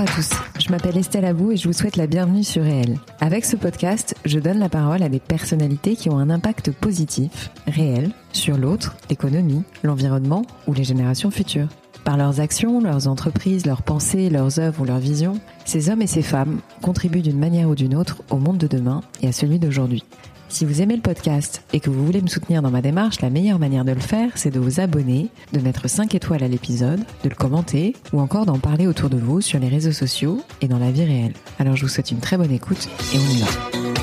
tous, je m'appelle Estelle Abou et je vous souhaite la bienvenue sur Réel. Avec ce podcast, je donne la parole à des personnalités qui ont un impact positif, réel, sur l'autre, l'économie, l'environnement ou les générations futures. Par leurs actions, leurs entreprises, leurs pensées, leurs œuvres ou leurs visions, ces hommes et ces femmes contribuent d'une manière ou d'une autre au monde de demain et à celui d'aujourd'hui. Si vous aimez le podcast et que vous voulez me soutenir dans ma démarche, la meilleure manière de le faire, c'est de vous abonner, de mettre 5 étoiles à l'épisode, de le commenter ou encore d'en parler autour de vous sur les réseaux sociaux et dans la vie réelle. Alors je vous souhaite une très bonne écoute et on y va.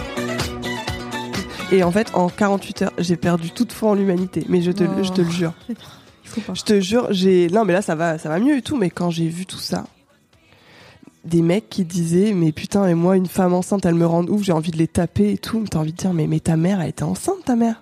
Et en fait, en 48 heures, j'ai perdu toute foi en l'humanité. Mais je te le jure. Je te jure, non mais là ça va mieux et tout, mais quand j'ai vu tout ça, des mecs qui disaient mais putain, et moi une femme enceinte elle me rend ouf, j'ai envie de les taper et tout, mais t'as envie de dire mais ta mère elle était enceinte, ta mère.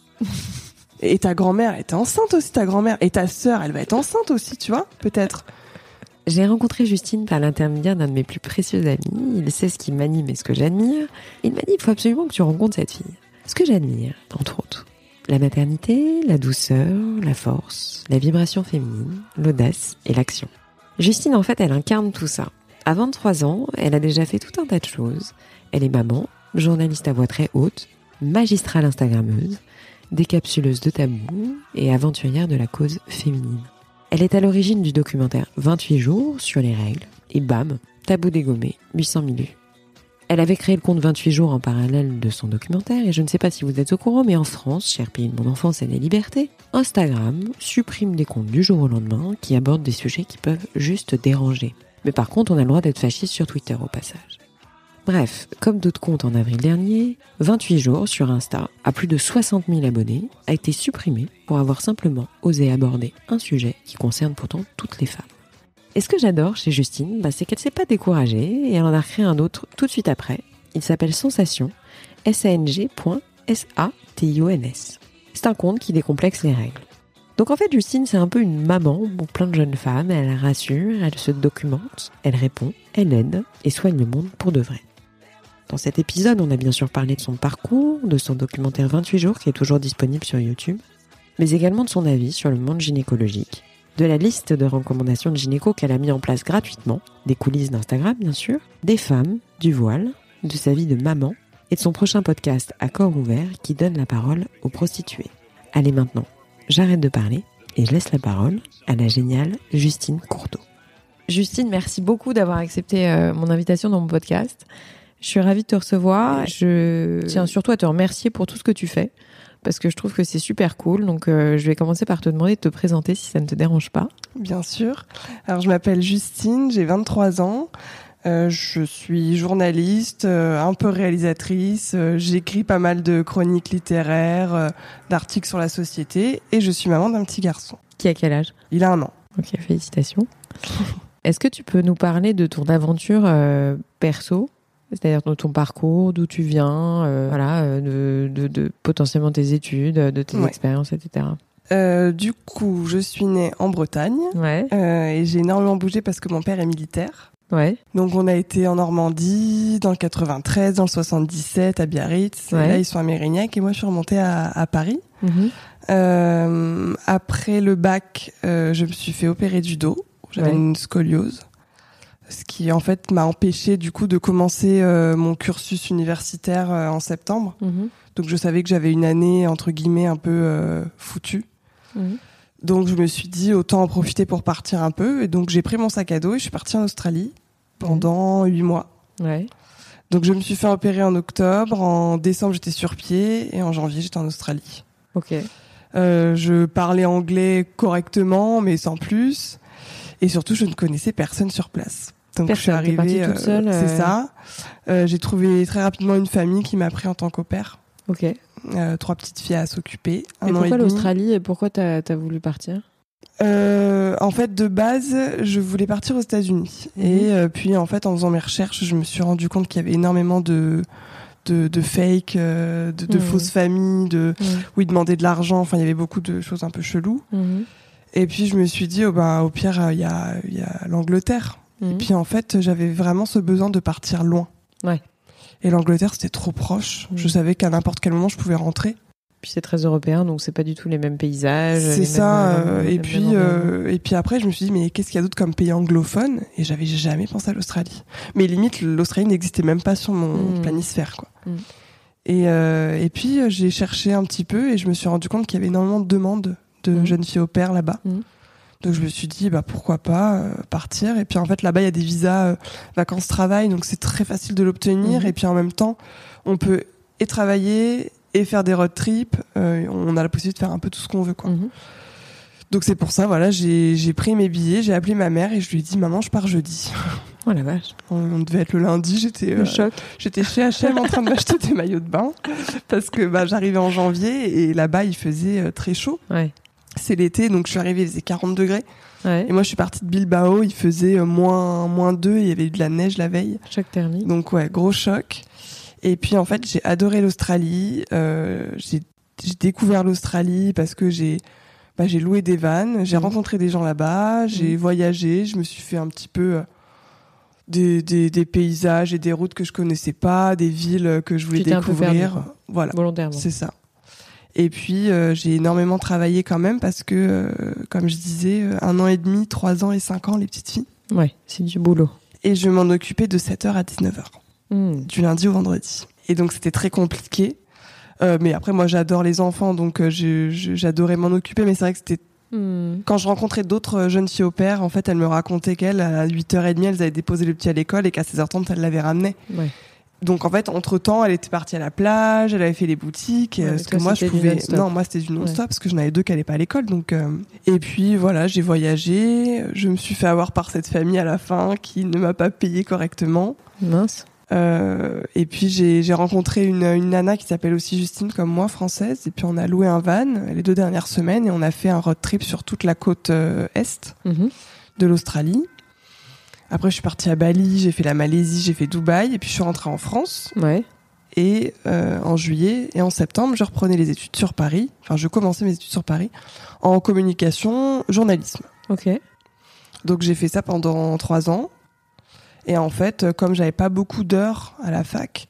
Et ta grand-mère elle était enceinte aussi, ta grand-mère, et ta sœur elle va être enceinte aussi, tu vois, peut-être. J'ai rencontré Justine par l'intermédiaire d'un de mes plus précieux amis. Il sait ce qui m'anime et ce que j'admire. Il m'a dit il faut absolument que tu rencontres cette fille. Ce que j'admire, entre autres, la maternité, la douceur, la force, la vibration féminine, l'audace et l'action. Justine, en fait, elle incarne tout ça. À 23 ans, elle a déjà fait tout un tas de choses. Elle est maman, journaliste à voix très haute, magistrale instagrammeuse, décapsuleuse de tabous et aventurière de la cause féminine. Elle est à l'origine du documentaire 28 jours sur les règles et bam, tabou dégommé, 800 000 vues. Elle avait créé le compte 28 jours en parallèle de son documentaire et je ne sais pas si vous êtes au courant, mais en France, cher pays de mon enfance et des libertés, Instagram supprime des comptes du jour au lendemain qui abordent des sujets qui peuvent juste déranger. Mais par contre, on a le droit d'être fasciste sur Twitter au passage. Bref, comme d'autres comptes en avril dernier, 28 jours sur Insta, à plus de 60 000 abonnés, a été supprimé pour avoir simplement osé aborder un sujet qui concerne pourtant toutes les femmes. Et ce que j'adore chez Justine, c'est qu'elle s'est pas découragée et elle en a créé un autre tout de suite après. Il s'appelle Sensation, sang.sations. C'est un compte qui décomplexe les règles. Donc en fait, Justine, c'est un peu une maman pour plein de jeunes femmes. Elle rassure, elle se documente, elle répond, elle aide et soigne le monde pour de vrai. Dans cet épisode, on a bien sûr parlé de son parcours, de son documentaire 28 jours qui est toujours disponible sur YouTube, mais également de son avis sur le monde gynécologique, de la liste de recommandations de gynéco qu'elle a mis en place gratuitement, des coulisses d'Instagram bien sûr, des femmes, du voile, de sa vie de maman et de son prochain podcast à corps ouvert qui donne la parole aux prostituées. Allez maintenant, j'arrête de parler et je laisse la parole à la géniale Justine Courteau. Justine, merci beaucoup d'avoir accepté mon invitation dans mon podcast. Je suis ravie de te recevoir. Je tiens surtout à te remercier pour tout ce que tu fais parce que je trouve que c'est super cool. Donc, je vais commencer par te demander de te présenter si ça ne te dérange pas. Bien sûr. Alors, je m'appelle Justine, j'ai 23 ans. Je suis journaliste, un peu réalisatrice. J'écris pas mal de chroniques littéraires, d'articles sur la société. Et je suis maman d'un petit garçon. Qui a quel âge ? Il a 1 an. Ok, félicitations. Est-ce que tu peux nous parler de ton aventure perso ? C'est-à-dire de ton parcours, d'où tu viens, de potentiellement tes études, de tes expériences, etc. Du coup, je suis née en Bretagne. Ouais. Et j'ai énormément bougé parce que mon père est militaire. Ouais. Donc on a été en Normandie, dans le 93, dans le 77, à Biarritz. Ouais. Et là, ils sont à Mérignac et moi, je suis remontée à Paris. Après le bac, je me suis fait opérer du dos. J'avais une scoliose. Ce qui, en fait, m'a empêché, du coup, de commencer mon cursus universitaire en septembre. Donc, je savais que j'avais une année, entre guillemets, un peu foutue. Donc, je me suis dit, autant en profiter pour partir un peu. Et donc, j'ai pris mon sac à dos et je suis partie en Australie pendant 8 mois. Ouais. Donc, je me suis fait opérer en octobre. En décembre, j'étais sur pied. Et en janvier, j'étais en Australie. Ok. Je parlais anglais correctement, mais sans plus. Et surtout, je ne connaissais personne sur place. Donc, je suis arrivée toute seule, c'est ça. J'ai trouvé très rapidement une famille qui m'a pris en tant qu'au pair. Ok. 3 petites filles à s'occuper. Et pourquoi l'Australie et pourquoi t'as voulu partir ? En fait, de base, je voulais partir aux États-Unis. Et puis, en fait, en faisant mes recherches, je me suis rendu compte qu'il y avait énormément de fake, de fausses familles, où ils demandaient de l'argent. Enfin, il y avait beaucoup de choses un peu cheloues. Et puis, je me suis dit, au pire, il y a l'Angleterre. Et puis, en fait, j'avais vraiment ce besoin de partir loin. Ouais. Et l'Angleterre, c'était trop proche. Je savais qu'à n'importe quel moment, je pouvais rentrer. Puis c'est très européen, donc c'est pas du tout les mêmes paysages. C'est ça. Et puis après, je me suis dit, mais qu'est-ce qu'il y a d'autre comme pays anglophone ? Et j'avais jamais pensé à l'Australie. Mais limite, l'Australie n'existait même pas sur mon planisphère, quoi. Et puis j'ai cherché un petit peu et je me suis rendu compte qu'il y avait énormément de demandes de jeunes filles au pair là-bas. Donc je me suis dit pourquoi pas partir. Et puis en fait là-bas il y a des visas vacances-travail, donc c'est très facile de l'obtenir. Et puis en même temps on peut et travailler et faire des road trips. On a la possibilité de faire un peu tout ce qu'on veut, quoi. Donc c'est pour ça, voilà, j'ai pris mes billets, j'ai appelé ma mère et je lui ai dit maman, je pars jeudi. Oh la vache. On devait être le lundi, le choc. J'étais chez H&M en train de m'acheter des maillots de bain parce que j'arrivais en janvier et là-bas il faisait très chaud. Ouais. C'est l'été, donc je suis arrivée, il faisait 40 degrés. Ouais. Et moi je suis partie de Bilbao, il faisait moins 2 et il y avait eu de la neige la veille. Choc thermique. Donc ouais, gros choc. Et puis en fait j'ai adoré l'Australie. J'ai découvert l'Australie parce que j'ai loué des vannes, j'ai rencontré des gens là-bas, j'ai voyagé, je me suis fait un petit peu des paysages et des routes que je connaissais pas, des villes que je voulais découvrir. Voilà, volontairement. C'est ça. Et puis j'ai énormément travaillé quand même parce que, comme je disais, 1 an et demi, 3 ans et 5 ans, les petites filles. Ouais, c'est du boulot. Et je m'en occupais de 7h à 19h, du lundi au vendredi. Et donc c'était très compliqué. Mais après, moi, j'adore les enfants, donc j'adorais m'en occuper. Mais c'est vrai que c'était... Quand je rencontrais d'autres jeunes filles au pair, en fait, elles me racontaient qu'elles, à 8h30, elles avaient déposé le petit à l'école et qu'à 16h30, elles l'avaient ramené. Ouais. Donc, en fait, entre-temps, elle était partie à la plage, elle avait fait les boutiques. Ouais, parce que moi, je pouvais... Non, moi, c'était du non-stop, parce que j'en avais 2 qui n'allaient pas à l'école. Donc, Et puis, voilà, j'ai voyagé. Je me suis fait avoir par cette famille à la fin qui ne m'a pas payé correctement. Mince. Et puis j'ai rencontré une nana qui s'appelle aussi Justine comme moi, française, et puis on a loué un van les 2 dernières semaines et on a fait un road trip sur toute la côte est de l'Australie. Après je suis partie à Bali, j'ai fait la Malaisie, j'ai fait Dubaï et puis je suis rentrée en France. Ouais. Et en juillet et en septembre je reprenais les études sur Paris, enfin je commençais mes études sur Paris en communication, journalisme. Ok. Donc j'ai fait ça pendant 3 ans. Et en fait, comme j'avais pas beaucoup d'heures à la fac,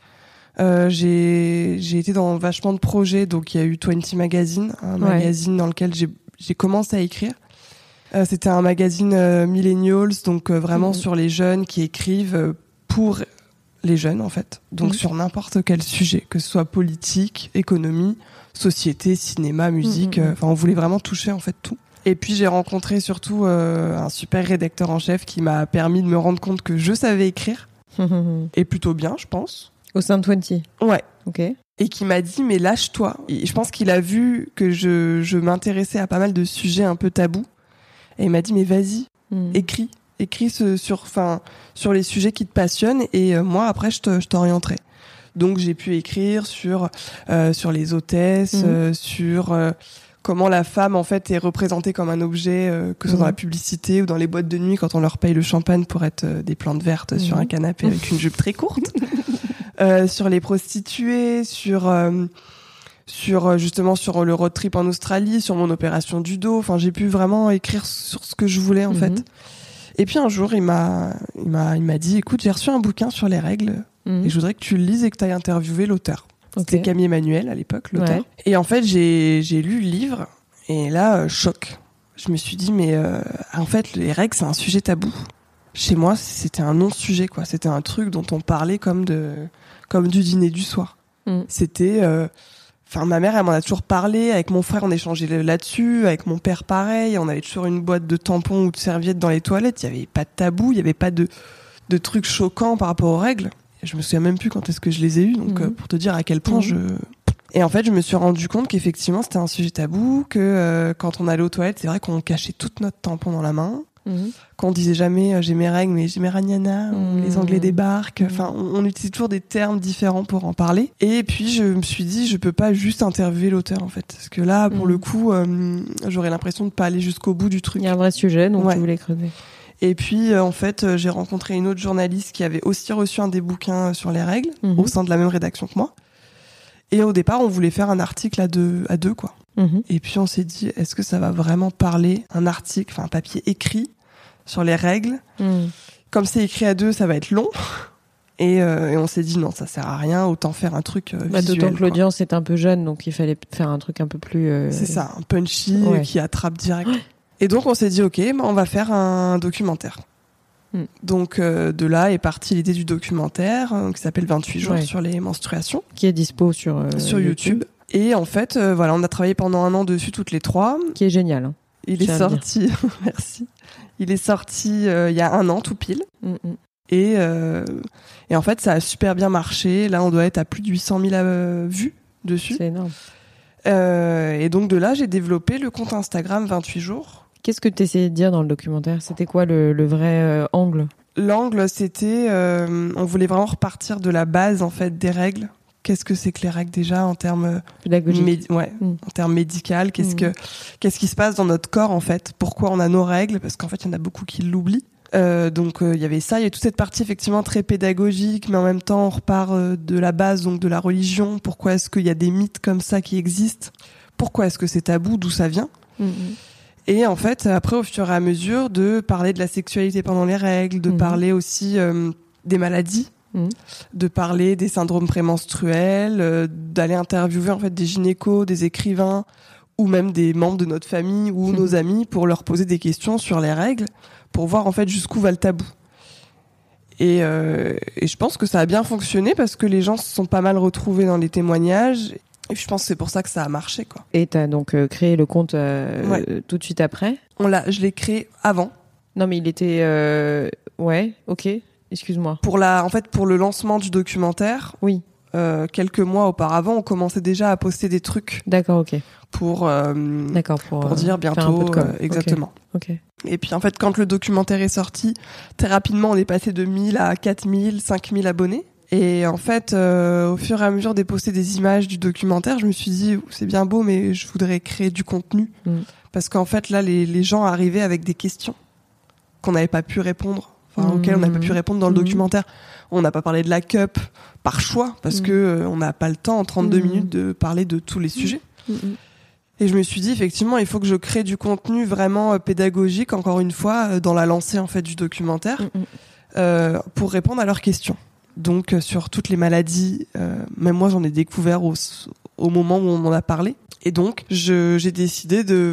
j'ai été dans vachement de projets. Donc il y a eu 20 Magazine, un magazine dans lequel j'ai commencé à écrire. C'était un magazine millennials, donc vraiment sur les jeunes qui écrivent pour les jeunes en fait. Donc sur n'importe quel sujet, que ce soit politique, économie, société, cinéma, musique. Enfin, on voulait vraiment toucher en fait tout. Et puis j'ai rencontré surtout un super rédacteur en chef qui m'a permis de me rendre compte que je savais écrire. Et plutôt bien, je pense. Au sein de 20. Ouais. Ok. Et qui m'a dit, mais lâche-toi. Et je pense qu'il a vu que je m'intéressais à pas mal de sujets un peu tabous. Et il m'a dit, mais vas-y, écris. Écris sur les sujets qui te passionnent. Et moi, après, je t'orienterai. Donc j'ai pu écrire sur les hôtesses, sur... comment la femme en fait est représentée comme un objet, que ce soit dans la publicité ou dans les boîtes de nuit quand on leur paye le champagne pour être des plantes vertes sur un canapé avec une jupe très courte, sur les prostituées, sur justement sur le road trip en Australie, sur mon opération du dos. Enfin, j'ai pu vraiment écrire sur ce que je voulais en fait. Et puis un jour, il m'a dit, écoute, j'ai reçu un bouquin sur les règles et je voudrais que tu le lises et que tu ailles interviewer l'auteur. C'était Camille Emmanuel à l'époque, l'auteur. Ouais. Et en fait, j'ai lu le livre et là, choc. Je me suis dit, mais en fait, les règles, c'est un sujet tabou. Chez moi, c'était un non-sujet, quoi. C'était un truc dont on parlait comme du dîner du soir. C'était... ma mère, elle m'en a toujours parlé. Avec mon frère, on échangeait là-dessus. Avec mon père, pareil. On avait toujours une boîte de tampons ou de serviettes dans les toilettes. Il n'y avait pas de tabou. Il n'y avait pas de trucs choquants par rapport aux règles. Je me souviens même plus quand est-ce que je les ai eus, donc pour te dire à quel point Et en fait, je me suis rendu compte qu'effectivement, c'était un sujet tabou, que quand on allait aux toilettes, c'est vrai qu'on cachait tout notre tampon dans la main, qu'on disait jamais j'ai mes règles, mais j'ai mes ragnana, ou les Anglais débarquent. Enfin, on utilisait toujours des termes différents pour en parler. Et puis, je me suis dit, je peux pas juste interviewer l'auteur, en fait. Parce que là, pour le coup, j'aurais l'impression de pas aller jusqu'au bout du truc. Il y a un vrai sujet, donc tu voulais creuser. Et puis, en fait, j'ai rencontré une autre journaliste qui avait aussi reçu un des bouquins sur les règles, au sein de la même rédaction que moi. Et au départ, on voulait faire un article à deux, quoi. Et puis, on s'est dit, est-ce que ça va vraiment parler, un article, enfin, un papier écrit sur les règles ? Comme c'est écrit à 2, ça va être long. Et on s'est dit non, ça sert à rien, autant faire un truc visuel. D'autant que l'audience est un peu jeune, donc il fallait faire un truc un peu plus... C'est ça, un punchy qui attrape direct. Et donc on s'est dit ok, on va faire un documentaire. Donc de là est partie l'idée du documentaire qui s'appelle 28 jours sur les menstruations. Qui est dispo sur YouTube. Et en fait, on a travaillé pendant 1 an dessus toutes les 3. Qui est génial. Hein. Il est sorti, merci. Il est sorti il y a 1 an tout pile. Et en fait, ça a super bien marché. Là, on doit être à plus de 800 000 vues dessus. C'est énorme. Et donc de là, j'ai développé le compte Instagram 28 jours. Qu'est-ce que tu essayais de dire dans le documentaire ? C'était quoi le vrai angle ? L'angle, c'était... on voulait vraiment repartir de la base, en fait, des règles. Qu'est-ce que c'est que les règles, déjà, en termes... pédagogiques. En termes médicaux. Qu'est-ce qui se passe dans notre corps, en fait ? Pourquoi on a nos règles ? Parce qu'en fait, il y en a beaucoup qui l'oublient. Donc, il y avait ça. Il y a toute cette partie, effectivement, très pédagogique, mais en même temps, on repart de la base, donc de la religion. Pourquoi est-ce qu'il y a des mythes comme ça qui existent ? Pourquoi est-ce que c'est tabou ? D'où ça vient ? Et en fait, après, au fur et à mesure, de parler de la sexualité pendant les règles, de parler aussi des maladies, de parler des syndromes prémenstruels, d'aller interviewer en fait des gynécos, des écrivains, ou même des membres de notre famille ou nos amis pour leur poser des questions sur les règles, pour voir en fait jusqu'où va le tabou. Et je pense que ça a bien fonctionné parce que les gens se sont pas mal retrouvés dans les témoignages. Et je pense que c'est pour ça que ça a marché, quoi. Et t'as donc créé le compte tout de suite après ? Je l'ai créé avant. Non, mais il était... ok, excuse-moi. Pour le lancement du documentaire, oui. Quelques mois auparavant, on commençait déjà à poster des trucs. D'accord, ok. Pour dire bientôt, faire un peu de com. Exactement. Okay. Et puis en fait, quand le documentaire est sorti, très rapidement, on est passé de 1000 à 4000, 5000 abonnés. Et en fait, au fur et à mesure de poster des images du documentaire, je me suis dit, c'est bien beau, mais je voudrais créer du contenu. Parce qu'en fait, là, les gens arrivaient avec des questions qu'on n'avait pas pu répondre, auxquelles on n'avait pas pu répondre dans le documentaire. On n'a pas parlé de la cup par choix, parce que on n'a pas le temps en 32 minutes de parler de tous les sujets. Et je me suis dit, effectivement, il faut que je crée du contenu vraiment pédagogique, encore une fois, dans la lancée en fait du documentaire, pour répondre à leurs questions. Donc sur toutes les maladies, même moi j'en ai découvert au moment où on m'en a parlé. Et donc j'ai décidé de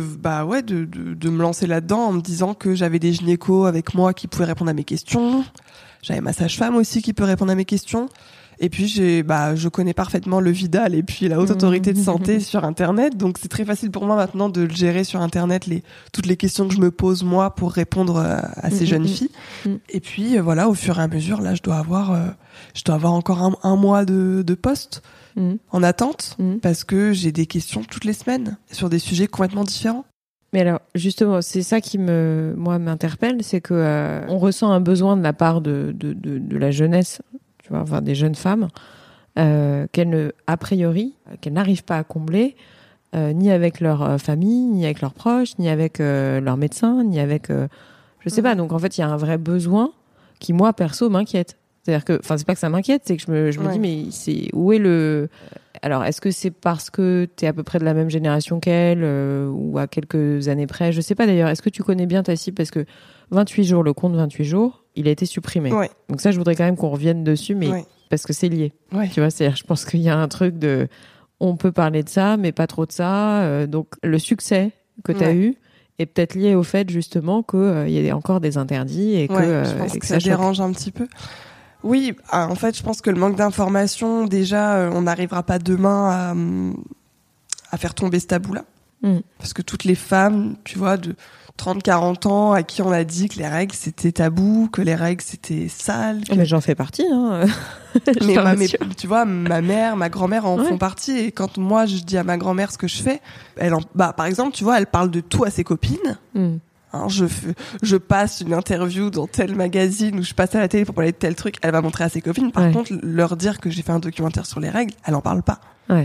me lancer là-dedans en me disant que j'avais des gynécos avec moi qui pouvaient répondre à mes questions. J'avais ma sage-femme aussi qui peut répondre à mes questions. Et puis je connais parfaitement le Vidal et puis la Haute Autorité de Santé sur Internet, donc c'est très facile pour moi maintenant de le gérer sur Internet, toutes les questions que je me pose moi pour répondre à ces jeunes filles. Et puis au fur et à mesure, là je dois avoir encore un mois de post en attente parce que j'ai des questions toutes les semaines sur des sujets complètement différents. Mais alors, justement, c'est ça qui m'interpelle, c'est que on ressent un besoin de la part de la jeunesse, tu vois, enfin des jeunes femmes, qu'elles n'arrivent pas à combler, ni avec leur famille, ni avec leurs proches, ni avec leurs médecins, ni avec, je sais pas. Donc en fait, il y a un vrai besoin qui, moi, perso, m'inquiète. C'est-à-dire que, enfin, c'est pas que ça m'inquiète, c'est que je me dis, mais où est le... Alors, est-ce que c'est parce que t'es à peu près de la même génération qu'elle, ou à quelques années près? Je sais pas d'ailleurs. Est-ce que tu connais bien ta cible? Parce que 28 jours, le compte 28 jours, il a été supprimé. Ouais. Donc ça, je voudrais quand même qu'on revienne dessus, mais parce que c'est lié. Ouais. Tu vois, c'est-à-dire, je pense qu'il y a un truc de... On peut parler de ça, mais pas trop de ça. Donc, le succès que t'as eu est peut-être lié au fait, justement, qu'il y a encore des interdits et je pense que ça dérange un petit peu. Oui, en fait, je pense que le manque d'information, déjà, on n'arrivera pas demain à faire tomber ce tabou-là. Parce que toutes les femmes, tu vois, de 30-40 ans, à qui on a dit que les règles, c'était tabou, que les règles, c'était sale. Mais j'en fais partie, hein. mais tu vois, ma mère, ma grand-mère en font partie. Et quand moi, je dis à ma grand-mère ce que je fais, par exemple, tu vois, elle parle de tout à ses copines. Hein, je passe une interview dans tel magazine ou je passe à la télé pour parler de tel truc, elle va montrer à ses copines. Par contre, leur dire que j'ai fait un documentaire sur les règles, elle en parle pas.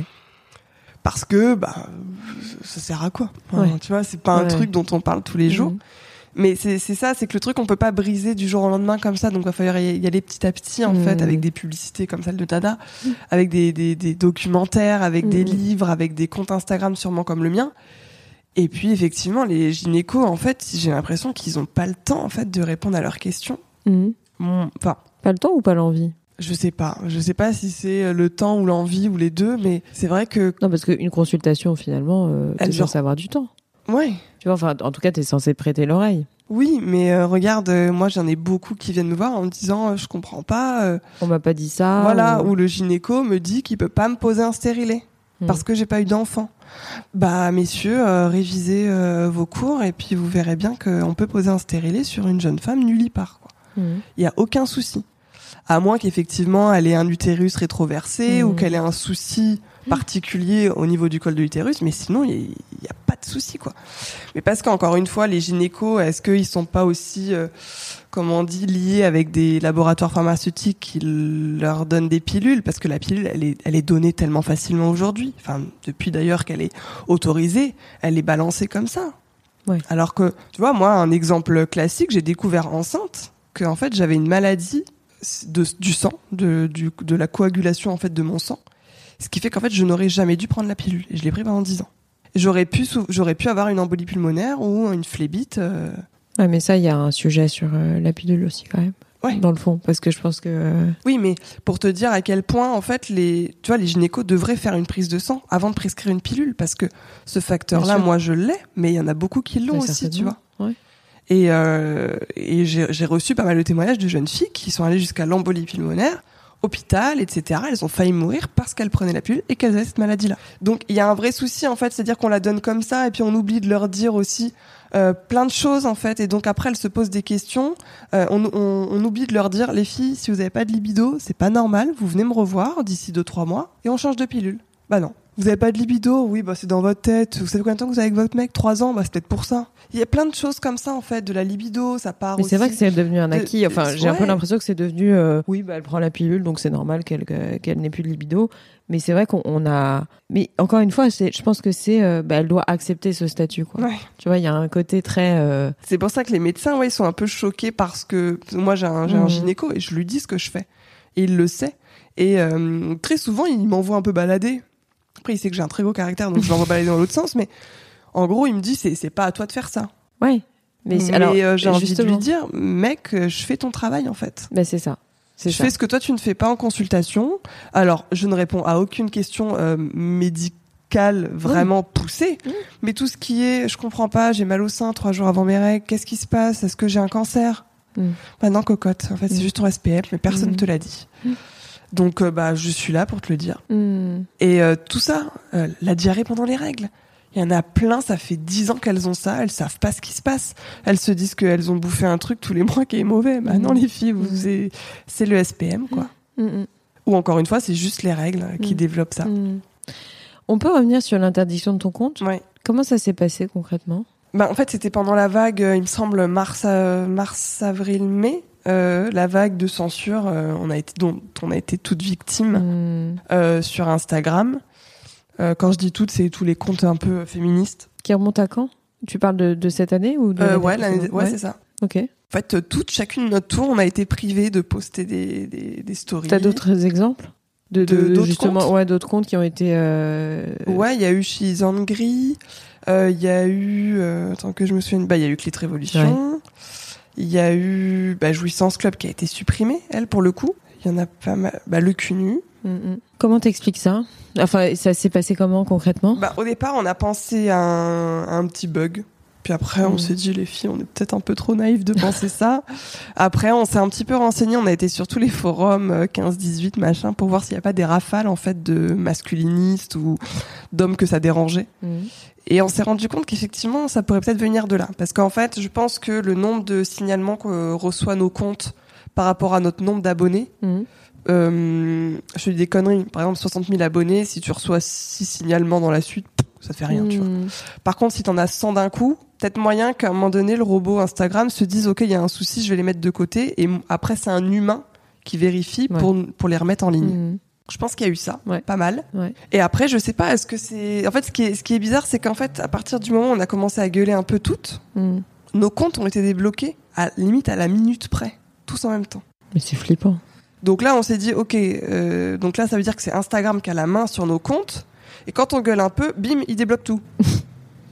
Parce que ça sert à quoi, tu vois, c'est pas un truc dont on parle tous les jours. Mais c'est ça, c'est que le truc on peut pas briser du jour au lendemain comme ça, donc il va falloir y aller petit à petit en fait, avec des publicités comme celle de Dada, avec des documentaires, avec des livres, avec des comptes Instagram sûrement comme le mien. Et puis effectivement, les gynécos, en fait, j'ai l'impression qu'ils ont pas le temps en fait de répondre à leurs questions. Pas le temps ou pas l'envie? Je sais pas si c'est le temps ou l'envie ou les deux, mais c'est vrai que... Non, parce qu'une consultation, finalement, t'es censé avoir du temps. Ouais. Tu vois, enfin, en tout cas, t'es censé prêter l'oreille. Oui, mais regarde, moi j'en ai beaucoup qui viennent me voir en me disant je comprends pas. On m'a pas dit ça. Voilà, ou le gynéco me dit qu'il peut pas me poser un stérilet parce que j'ai pas eu d'enfant. Bah messieurs, révisez vos cours et puis vous verrez bien qu'on peut poser un stérilet sur une jeune femme nullipare, quoi. Il y a aucun souci. À moins qu'effectivement elle ait un utérus rétroversé ou qu'elle ait un souci particulier au niveau du col de l'utérus, mais sinon il y a pas de souci, quoi. Mais parce qu'encore une fois, les gynécos, est-ce qu'ils sont pas aussi, comment on dit, liés avec des laboratoires pharmaceutiques qui leur donnent des pilules, parce que la pilule, elle est donnée tellement facilement aujourd'hui. Enfin, depuis d'ailleurs qu'elle est autorisée, elle est balancée comme ça. Ouais. Alors que, tu vois, moi, un exemple classique, j'ai découvert enceinte que en fait j'avais une maladie du sang, de la coagulation en fait de mon sang, ce qui fait qu'en fait je n'aurais jamais dû prendre la pilule et je l'ai pris pendant 10 ans. J'aurais pu avoir une embolie pulmonaire ou une phlébite. Ouais, mais ça, il y a un sujet sur la pilule aussi quand même. Ouais. Dans le fond, parce que je pense que... Oui, mais pour te dire à quel point, en fait, les gynécos devraient faire une prise de sang avant de prescrire une pilule, parce que ce facteur-là, moi, je l'ai, mais il y en a beaucoup qui l'ont aussi, tu vois. Ouais. Et j'ai reçu pas mal de témoignages de jeunes filles qui sont allées jusqu'à l'embolie pulmonaire, hôpital, etc. Elles ont failli mourir parce qu'elles prenaient la pilule et qu'elles avaient cette maladie-là. Donc il y a un vrai souci, en fait, c'est-à-dire qu'on la donne comme ça et puis on oublie de leur dire aussi plein de choses, en fait. Et donc après, elles se posent des questions. On oublie de leur dire, les filles, si vous n'avez pas de libido, c'est pas normal, vous venez me revoir d'ici 2-3 mois et on change de pilule. Bah non. Vous avez pas de libido? Oui, bah c'est dans votre tête. Vous savez combien de temps que vous avez avec votre mec? 3 ans? Bah c'est peut-être pour ça. Il y a plein de choses comme ça, en fait, de la libido, ça part mais aussi... c'est vrai que c'est devenu un acquis. Enfin, j'ai un peu ouais. l'impression que c'est devenu... oui, bah elle prend la pilule, donc c'est normal qu'elle n'ait plus de libido. Mais c'est vrai qu'on a... Mais encore une fois, je pense que c'est... elle doit accepter ce statut, quoi. Ouais. Tu vois, il y a un côté très... C'est pour ça que les médecins, ouais, ils sont un peu choqués parce que... Moi, j'ai un gynéco et je lui dis ce que je fais. Et il le sait. Et très souvent, il m'envoie un peu balader. Après, il sait que j'ai un très gros caractère, donc je l'envoie balader dans l'autre sens. Mais en gros, il me dit, c'est pas à toi de faire ça. Ouais. Mais alors, j'ai envie de lui dire, mec, je fais ton travail, en fait. Ben c'est ça. Je fais ce que toi, tu ne fais pas en consultation. Alors, je ne réponds à aucune question médicale vraiment poussée. Mais tout ce qui est, je comprends pas, j'ai mal au sein 3 jours avant mes règles, qu'est-ce qui se passe? Est-ce que j'ai un cancer? Bah non, cocotte. En fait, c'est juste ton SPF, mais personne ne te l'a dit. Donc, je suis là pour te le dire. Et tout ça, la diarrhée pendant les règles. Il y en a plein, ça fait 10 ans qu'elles ont ça, elles savent pas ce qui se passe. Elles se disent qu'elles ont bouffé un truc tous les mois qui est mauvais. Bah non, les filles, c'est le SPM, quoi. Ou encore une fois, c'est juste les règles qui développent ça. On peut revenir sur l'interdiction de ton compte? Ouais. Comment ça s'est passé concrètement? En fait, c'était pendant la vague, il me semble, mars, avril, mai. La vague de censure dont on a été toutes victimes sur Instagram. Quand je dis toutes, c'est tous les comptes un peu féministes. Qui remontent à quand? Tu parles de cette année ou de ouais, c'est ça. Ok. En fait, chacune de notre tour, on a été privés de poster des stories. T'as d'autres exemples d'autres justement, comptes? Ouais, d'autres comptes qui ont été. Ouais, il y a eu She's Angry. Il y a eu, attends que je me souvienne, il y a eu Clit Révolution. Il y a eu Jouissance Club qui a été supprimée, elle, pour le coup. Il y en a pas mal. Le cul nu. Comment t'expliques ça? Enfin, ça s'est passé comment concrètement? Au départ, on a pensé à un petit bug. Puis après, on s'est dit, les filles, on est peut-être un peu trop naïfs de penser ça. Après, on s'est un petit peu renseigné. On a été sur tous les forums 15-18, machin, pour voir s'il n'y a pas des rafales, en fait, de masculinistes ou d'hommes que ça dérangeait. Et on s'est rendu compte qu'effectivement, ça pourrait peut-être venir de là. Parce qu'en fait, je pense que le nombre de signalements que reçoit nos comptes par rapport à notre nombre d'abonnés, je te dis des conneries. Par exemple, 60 000 abonnés, si tu reçois 6 signalements dans la suite, ça te fait rien, tu vois. Par contre, si t'en as 100 d'un coup, peut-être moyen qu'à un moment donné, le robot Instagram se dise, OK, il y a un souci, je vais les mettre de côté. Et après, c'est un humain qui vérifie pour les remettre en ligne. Je pense qu'il y a eu ça, pas mal. Et après, je sais pas, est-ce que c'est... En fait, ce qui est bizarre, c'est qu'en fait, à partir du moment où on a commencé à gueuler un peu toutes, nos comptes ont été débloqués limite à la minute près, tous en même temps. Mais c'est flippant. Donc là, on s'est dit, OK, donc là, ça veut dire que c'est Instagram qui a la main sur nos comptes. Et quand on gueule un peu, bim, il débloque tout.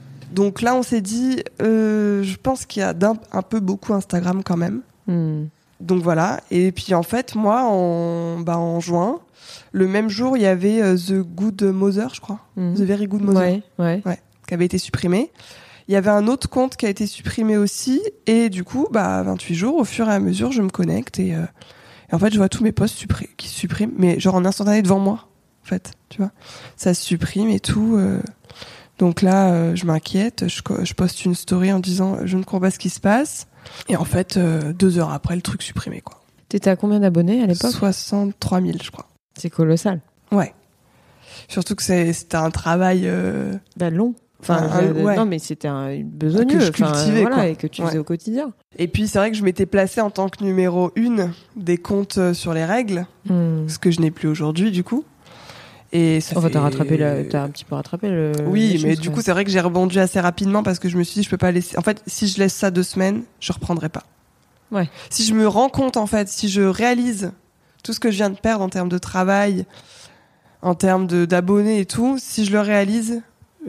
Donc là, on s'est dit, je pense qu'il y a un peu beaucoup Instagram quand même. Donc voilà. Et puis en fait, moi, en juin, le même jour, il y avait The Good Mother, je crois. The Very Good Mother. Ouais. Qui avait été supprimé. Il y avait un autre compte qui a été supprimé aussi. Et du coup, 28 jours, au fur et à mesure, je me connecte. Et en fait, je vois tous mes posts qui se suppriment. Mais genre en instantané devant moi, en fait. Tu vois, ça se supprime et tout. Donc là, je m'inquiète. Je poste une story en disant « Je ne comprends pas ce qui se passe ». Et en fait, 2 heures après, le truc supprimé, quoi. T'étais à combien d'abonnés à l'époque ? 63 000, je crois. C'est colossal. Ouais. Surtout que c'était un travail... long. Non, mais c'était un besogneux. Que je cultivais, quoi. Et que tu faisais au quotidien. Et puis, c'est vrai que je m'étais placée en tant que numéro 1 des comptes sur les règles, ce que je n'ai plus aujourd'hui, du coup. Et ça t'as un petit peu rattrapé le... Oui, mais du coup, c'est vrai que j'ai rebondi assez rapidement parce que je me suis dit, je peux pas laisser... En fait, si je laisse ça 2 semaines, je reprendrai pas. Ouais. Si je me rends compte, en fait, si je réalise tout ce que je viens de perdre en termes de travail, en termes d'abonnés et tout, si je le réalise,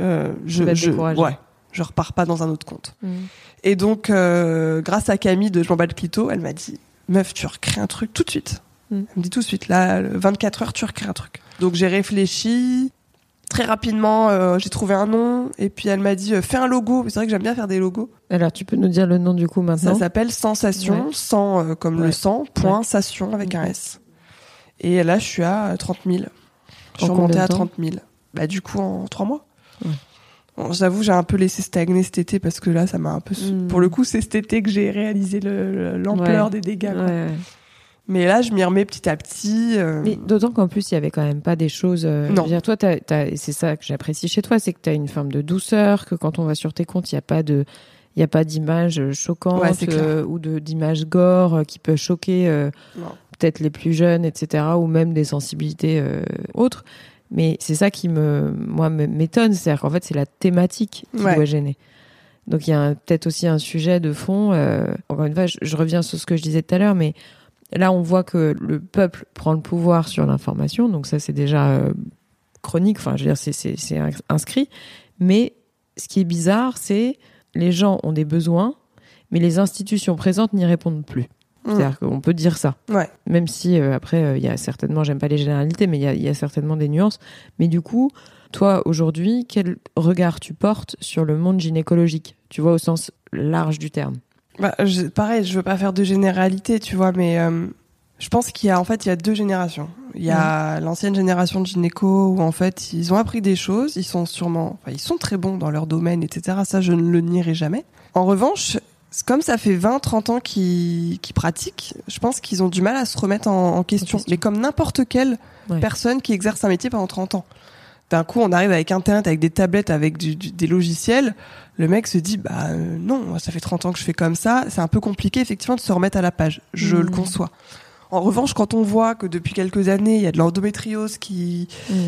je repars pas dans un autre compte. Et donc, grâce à Camille de Je m'en bats le clito, elle m'a dit, meuf, tu recrées un truc tout de suite. Elle me dit tout de suite, là, 24 heures, tu recrées un truc. Donc j'ai réfléchi, très rapidement, j'ai trouvé un nom, et puis elle m'a dit, fais un logo. C'est vrai que j'aime bien faire des logos. Alors tu peux nous dire le nom du coup maintenant ? Ça s'appelle Sensation, sans comme le sang, point, sation avec un S. Et là, je suis à 30 000. Je suis remontée à 30 000. Du coup, en 3 mois. Bon, j'avoue, j'ai un peu laissé stagner cet été parce que là, ça m'a un peu... Pour le coup, c'est cet été que j'ai réalisé l'ampleur des dégâts. Quoi. Mais là, je m'y remets petit à petit. Mais d'autant qu'en plus, il y avait quand même pas des choses... Non. Je veux dire, toi, c'est ça que j'apprécie chez toi, c'est que tu as une forme de douceur, que quand on va sur tes comptes, il n'y a pas d'images choquantes ou d'images gore qui peuvent choquer peut-être les plus jeunes, etc., ou même des sensibilités autres. Mais c'est ça qui m'étonne, c'est-à-dire qu'en fait, c'est la thématique qui doit gêner. Donc, il y a peut-être aussi un sujet de fond. Encore une fois, je reviens sur ce que je disais tout à l'heure, mais là, on voit que le peuple prend le pouvoir sur l'information. Donc, ça, c'est déjà chronique. Enfin, je veux dire, c'est inscrit. Mais ce qui est bizarre, c'est les gens ont des besoins, mais les institutions présentes n'y répondent plus. C'est-à-dire qu'on peut dire ça. Ouais. Même si, après, il y a certainement, j'aime pas les généralités, mais il y a certainement des nuances. Mais du coup, toi, aujourd'hui, quel regard tu portes sur le monde gynécologique ? Tu vois, au sens large du terme. Pareil, je veux pas faire de généralité, tu vois, mais je pense qu'il y a 2 générations. Il y a l'ancienne génération de gynéco où, en fait, ils ont appris des choses, ils sont très bons dans leur domaine, etc. Ça, je ne le nierai jamais. En revanche, comme ça fait 20-30 ans qu'ils pratiquent, je pense qu'ils ont du mal à se remettre en question. Mais comme n'importe quelle personne qui exerce un métier pendant 30 ans. D'un coup, on arrive avec Internet, avec des tablettes, avec des logiciels. Le mec se dit, non, ça fait 30 ans que je fais comme ça. C'est un peu compliqué, effectivement, de se remettre à la page. Je le conçois. En revanche, quand on voit que depuis quelques années, il y a de l'endométriose qui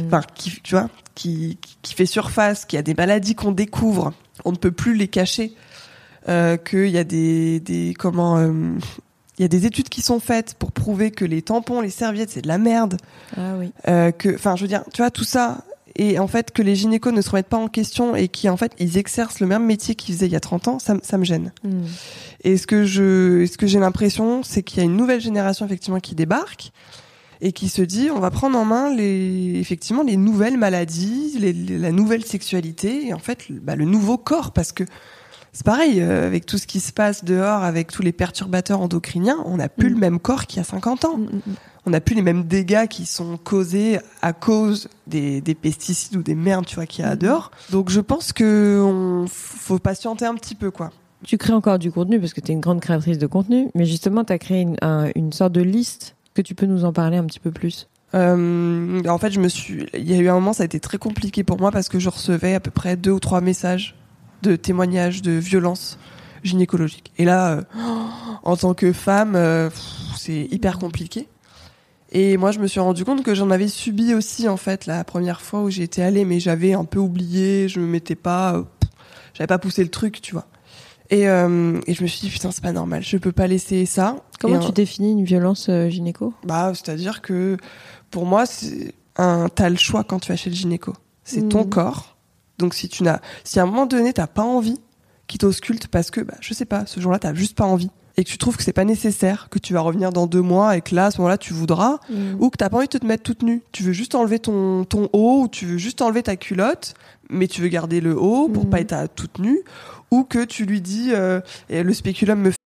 fait surface, qu'il y a des maladies qu'on découvre, on ne peut plus les cacher. Qu'il y a il y a des études qui sont faites pour prouver que les tampons, les serviettes, c'est de la merde. Ah oui. Je veux dire, tu vois, tout ça, et en fait, que les gynécos ne se remettent pas en question et qui, en fait, ils exercent le même métier qu'ils faisaient il y a 30 ans, ça me gêne. Et ce que j'ai l'impression, c'est qu'il y a une nouvelle génération, effectivement, qui débarque et qui se dit, on va prendre en main les nouvelles maladies, la nouvelle sexualité et en fait, le nouveau corps, parce que c'est pareil, avec tout ce qui se passe dehors, avec tous les perturbateurs endocriniens, on n'a plus le même corps qu'il y a 50 ans. On n'a plus les mêmes dégâts qui sont causés à cause des pesticides ou des merdes, tu vois, qu'il y a dehors. Donc je pense que faut patienter un petit peu, quoi. Tu crées encore du contenu parce que tu es une grande créatrice de contenu, mais justement, tu as créé une sorte de liste. Que tu peux nous en parler un petit peu plus ? En fait, il y a eu un moment, ça a été très compliqué pour moi parce que je recevais à peu près 2 ou 3 messages de témoignages de violences gynécologiques. Et là, en tant que femme, c'est hyper compliqué. Et moi, je me suis rendu compte que j'en avais subi aussi, en fait, la première fois où j'y étais allée, mais j'avais un peu oublié, j'avais pas poussé le truc, tu vois. Et je me suis dit, putain, c'est pas normal, je peux pas laisser ça. Comment tu définis une violence gynéco ? C'est-à-dire que, pour moi, t'as le choix quand tu vas chez le gynéco. C'est ton corps. Donc si à un moment donné t'as pas envie qu'il t'ausculte parce que je sais pas, ce jour-là t'as juste pas envie, et que tu trouves que c'est pas nécessaire, que tu vas revenir dans 2 mois et que là, à ce moment-là, tu voudras, ou que t'as pas envie de te mettre toute nue. Tu veux juste enlever ton haut, ou tu veux juste enlever ta culotte, mais tu veux garder le haut pour pas être toute nue, ou que tu lui dis, et le spéculum me fait.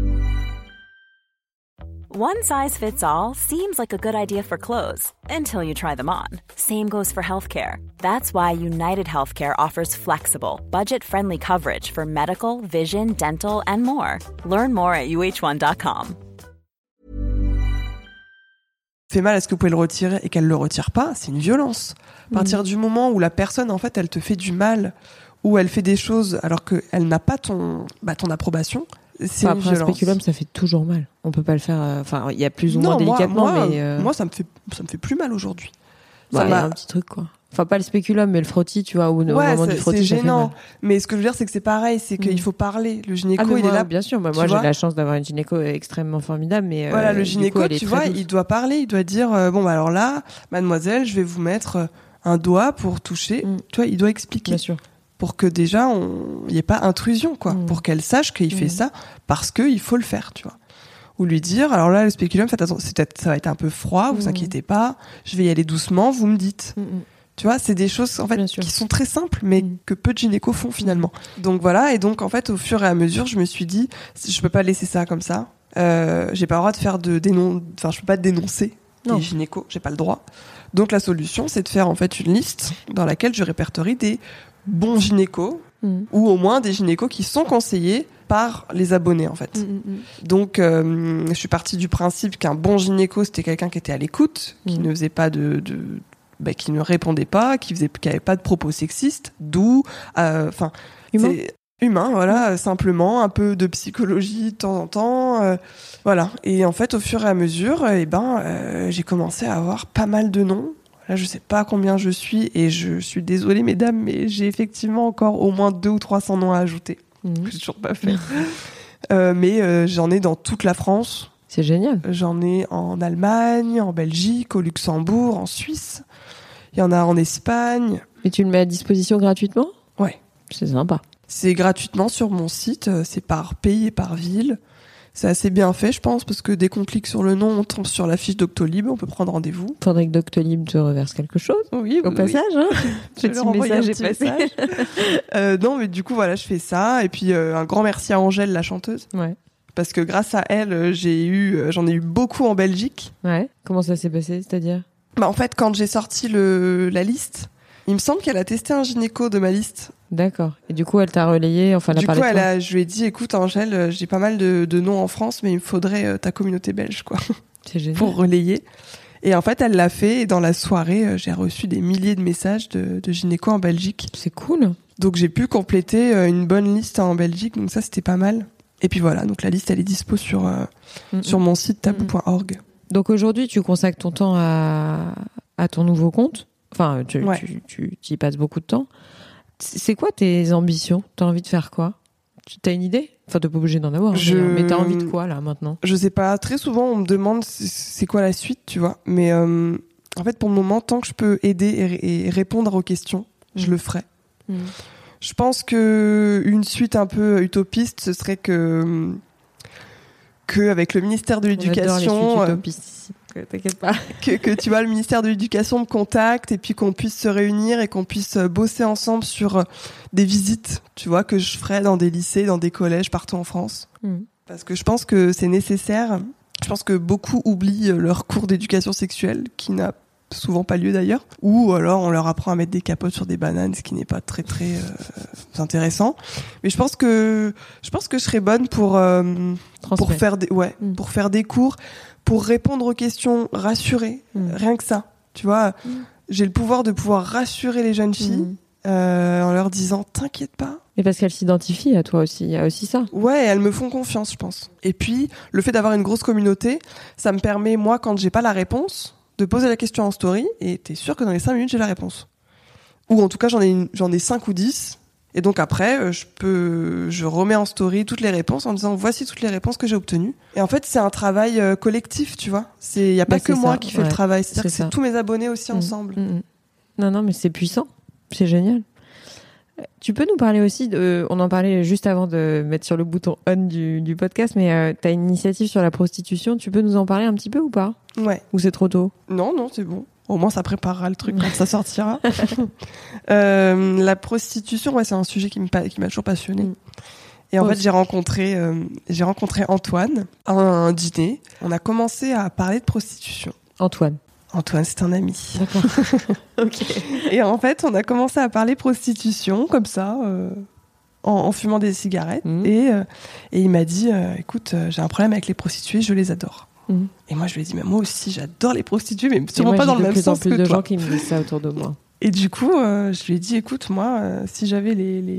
One size fits all seems like a good idea for clothes until you try them on. Same goes for healthcare. That's why United Healthcare offers flexible, budget-friendly coverage for medical, vision, dental, and more. Learn more at uh1.com. Fait mal, est-ce que vous pouvez le retirer, et qu'elle le retire pas, c'est une violence. À partir du moment où la personne, en fait, elle te fait du mal, ou elle fait des choses alors qu'elle n'a pas ton approbation, c'est une violence. Un spéculum, ça fait toujours mal. On peut pas le faire. Enfin, il y a plus ou moins délicatement, mais moi, ça me fait plus mal aujourd'hui. Ça y a un petit truc, quoi. Enfin, pas le spéculum, mais le frottis, tu vois, ou au moment du frottis, c'est gênant. Ça fait mal. Mais ce que je veux dire, c'est que c'est pareil, c'est qu'il faut parler. Le gynéco, il est là. Bien sûr, moi, j'ai la chance d'avoir une gynéco extrêmement formidable, mais voilà, le gynéco, tu vois, il doit parler, il doit dire, alors là, mademoiselle, je vais vous mettre un doigt pour toucher. Tu vois, il doit expliquer. Bien sûr. Pour que déjà, il n'y ait pas intrusion, quoi. Pour qu'elle sache qu'il fait ça parce qu'il faut le faire, tu vois. Ou lui dire, alors là, le spéculum, faites attention, ça va être un peu froid, vous inquiétez pas, je vais y aller doucement, vous me dites. Tu vois, c'est des choses, en fait, qui sont très simples, mais que peu de gynécos font, finalement. Donc voilà, et donc, en fait, au fur et à mesure, je me suis dit, je peux pas laisser ça comme ça. J'ai pas le droit de faire je peux pas dénoncer les gynécos, j'ai pas le droit. Donc la solution, c'est de faire, en fait, une liste dans laquelle je répertorie des bons gynécos, ou au moins des gynécos qui sont conseillés par les abonnés, en fait. Donc, je suis partie du principe qu'un bon gynéco, c'était quelqu'un qui était à l'écoute, qui ne faisait pas qui ne répondait pas, qui avait pas de propos sexistes, d'où, humain, voilà, simplement, un peu de psychologie de temps en temps, voilà. Et en fait, au fur et à mesure, j'ai commencé à avoir pas mal de noms. Là, je sais pas combien je suis, et je suis désolée, mesdames, mais j'ai effectivement encore au moins 200 ou 300 noms à ajouter. Que j'ai toujours pas fait. Mais j'en ai dans toute la France. C'est génial. J'en ai en Allemagne, en Belgique, au Luxembourg, en Suisse. Il y en a en Espagne. Et tu le mets à disposition gratuitement ? Ouais. C'est sympa. C'est gratuitement sur mon site, c'est par pays et par ville. C'est assez bien fait, je pense, parce que dès qu'on clique sur le nom, on tombe sur la fiche Doctolib, on peut prendre rendez-vous. Faudrait que Doctolib te reverse quelque chose. Oui, au passage, hein. Je vais leur envoyer un petit message. Non, mais du coup, voilà, je fais ça. Et puis, un grand merci à Angèle, la chanteuse. Ouais. Parce que grâce à elle, j'en ai eu beaucoup en Belgique. Ouais. Comment ça s'est passé, c'est-à-dire ? En fait, quand j'ai sorti la liste, il me semble qu'elle a testé un gynéco de ma liste. D'accord. Et du coup, elle t'a relayé, enfin, elle a parlé de toi. Je lui ai dit, écoute, Angèle, j'ai pas mal de noms en France, mais il me faudrait ta communauté belge, quoi. C'est génial. Pour relayer. Et en fait, elle l'a fait, et dans la soirée, j'ai reçu des milliers de messages de gynéco en Belgique. C'est cool. Donc, j'ai pu compléter une bonne liste en Belgique, donc ça, c'était pas mal. Et puis voilà, donc la liste, elle est dispo sur mon site tabou.org. Donc aujourd'hui, tu consacres ton temps à ton nouveau compte. Enfin, tu y passes beaucoup de temps. C'est quoi tes ambitions ? T'as envie de faire quoi ? T'as une idée ? Enfin, t'es pas obligé d'en avoir. Mais t'as envie de quoi, là, maintenant ? Je sais pas. Très souvent, on me demande c'est quoi la suite, tu vois. Mais en fait, pour le moment, tant que je peux aider et répondre aux questions, je le ferai. Je pense que une suite un peu utopiste, ce serait que avec le ministère de l'Éducation, on adore les suites utopistes. T'inquiète pas. que tu vois, le ministère de l'Éducation me contacte et puis qu'on puisse se réunir et qu'on puisse bosser ensemble sur des visites, tu vois, que je ferai dans des lycées, dans des collèges partout en France. Parce que je pense que c'est nécessaire. Je pense que beaucoup oublient leur cours d'éducation sexuelle, qui n'a souvent pas lieu d'ailleurs, ou alors on leur apprend à mettre des capotes sur des bananes, ce qui n'est pas très très intéressant. Mais je pense que je serais bonne pour faire pour faire des cours, pour répondre aux questions, rassurer, rien que ça. Tu vois, j'ai le pouvoir de pouvoir rassurer les jeunes filles en leur disant t'inquiète pas. Et parce qu'elles s'identifient à toi aussi, il y a aussi ça. Ouais, elles me font confiance, je pense. Et puis le fait d'avoir une grosse communauté, ça me permet, moi, quand j'ai pas la réponse, de poser la question en story, et t'es sûr que dans les 5 minutes, j'ai la réponse. Ou en tout cas, j'en ai 5 ou 10, et donc après, je remets en story toutes les réponses en disant, voici toutes les réponses que j'ai obtenues. Et en fait, c'est un travail collectif, tu vois. Il y a pas que moi qui fais le travail, c'est-à-dire que c'est tous mes abonnés aussi ensemble. Non, mais c'est puissant, c'est génial. Tu peux nous parler aussi on en parlait juste avant de mettre sur le bouton on du podcast, mais t'as une initiative sur la prostitution. Tu peux nous en parler un petit peu ou pas ? Ouais. Ou c'est trop tôt ? Non, c'est bon. Au moins, ça préparera le truc quand ça sortira. La prostitution, ouais, c'est un sujet qui m'a toujours passionnée. Et en fait, j'ai rencontré Antoine à un dîner. On a commencé à parler de prostitution. Antoine, c'est un ami. D'accord. Ok. Et en fait, on a commencé à parler prostitution, comme ça, en fumant des cigarettes. Et il m'a dit, écoute, j'ai un problème avec les prostituées, je les adore. Et moi, je lui ai dit, mais moi aussi, j'adore les prostituées, mais sûrement pas dans le même sens que toi. Il y a de plus en plus de gens qui me disent ça autour de moi. Et du coup, je lui ai dit, écoute, moi, si j'avais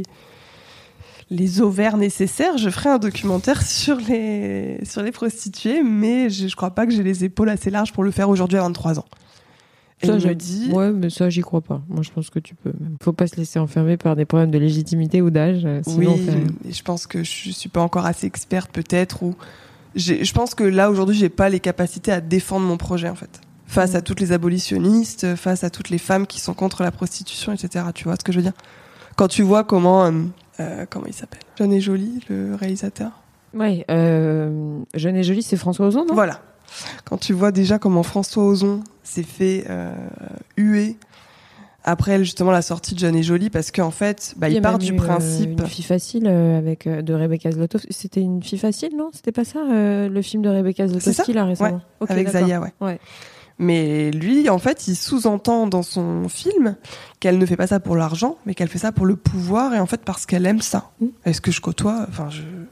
les ovaires nécessaires, je ferais un documentaire sur les prostituées, mais je crois pas que j'ai les épaules assez larges pour le faire aujourd'hui à 23 ans. Et ça, il me dit... Ouais, mais ça, j'y crois pas. Moi, je pense que tu peux. Faut pas se laisser enfermer par des problèmes de légitimité ou d'âge. Sinon, et je pense que je suis pas encore assez experte, peut-être, ou je pense que là, aujourd'hui, j'ai pas les capacités à défendre mon projet, en fait. Face à toutes les abolitionnistes, face à toutes les femmes qui sont contre la prostitution, etc. Tu vois ce que je veux dire ? Quand tu vois comment il s'appelle ? Jeune et Jolie, le réalisateur. Oui, Jeune et Jolie, c'est François Ozon, non ? Voilà. Quand tu vois déjà comment François Ozon s'est fait huer après justement la sortie de Jeune et Jolie, parce qu'en fait, il part du principe... Une fille facile de Rebecca Zlotowski. C'était une fille facile, non ? C'était pas ça, le film de Rebecca Zlotowski, là, récemment ? Ouais, okay, avec d'accord. Zaya, ouais. Mais lui, en fait, il sous-entend dans son film qu'elle ne fait pas ça pour l'argent, mais qu'elle fait ça pour le pouvoir, et en fait parce qu'elle aime ça. Est-ce que je côtoie ? Enfin,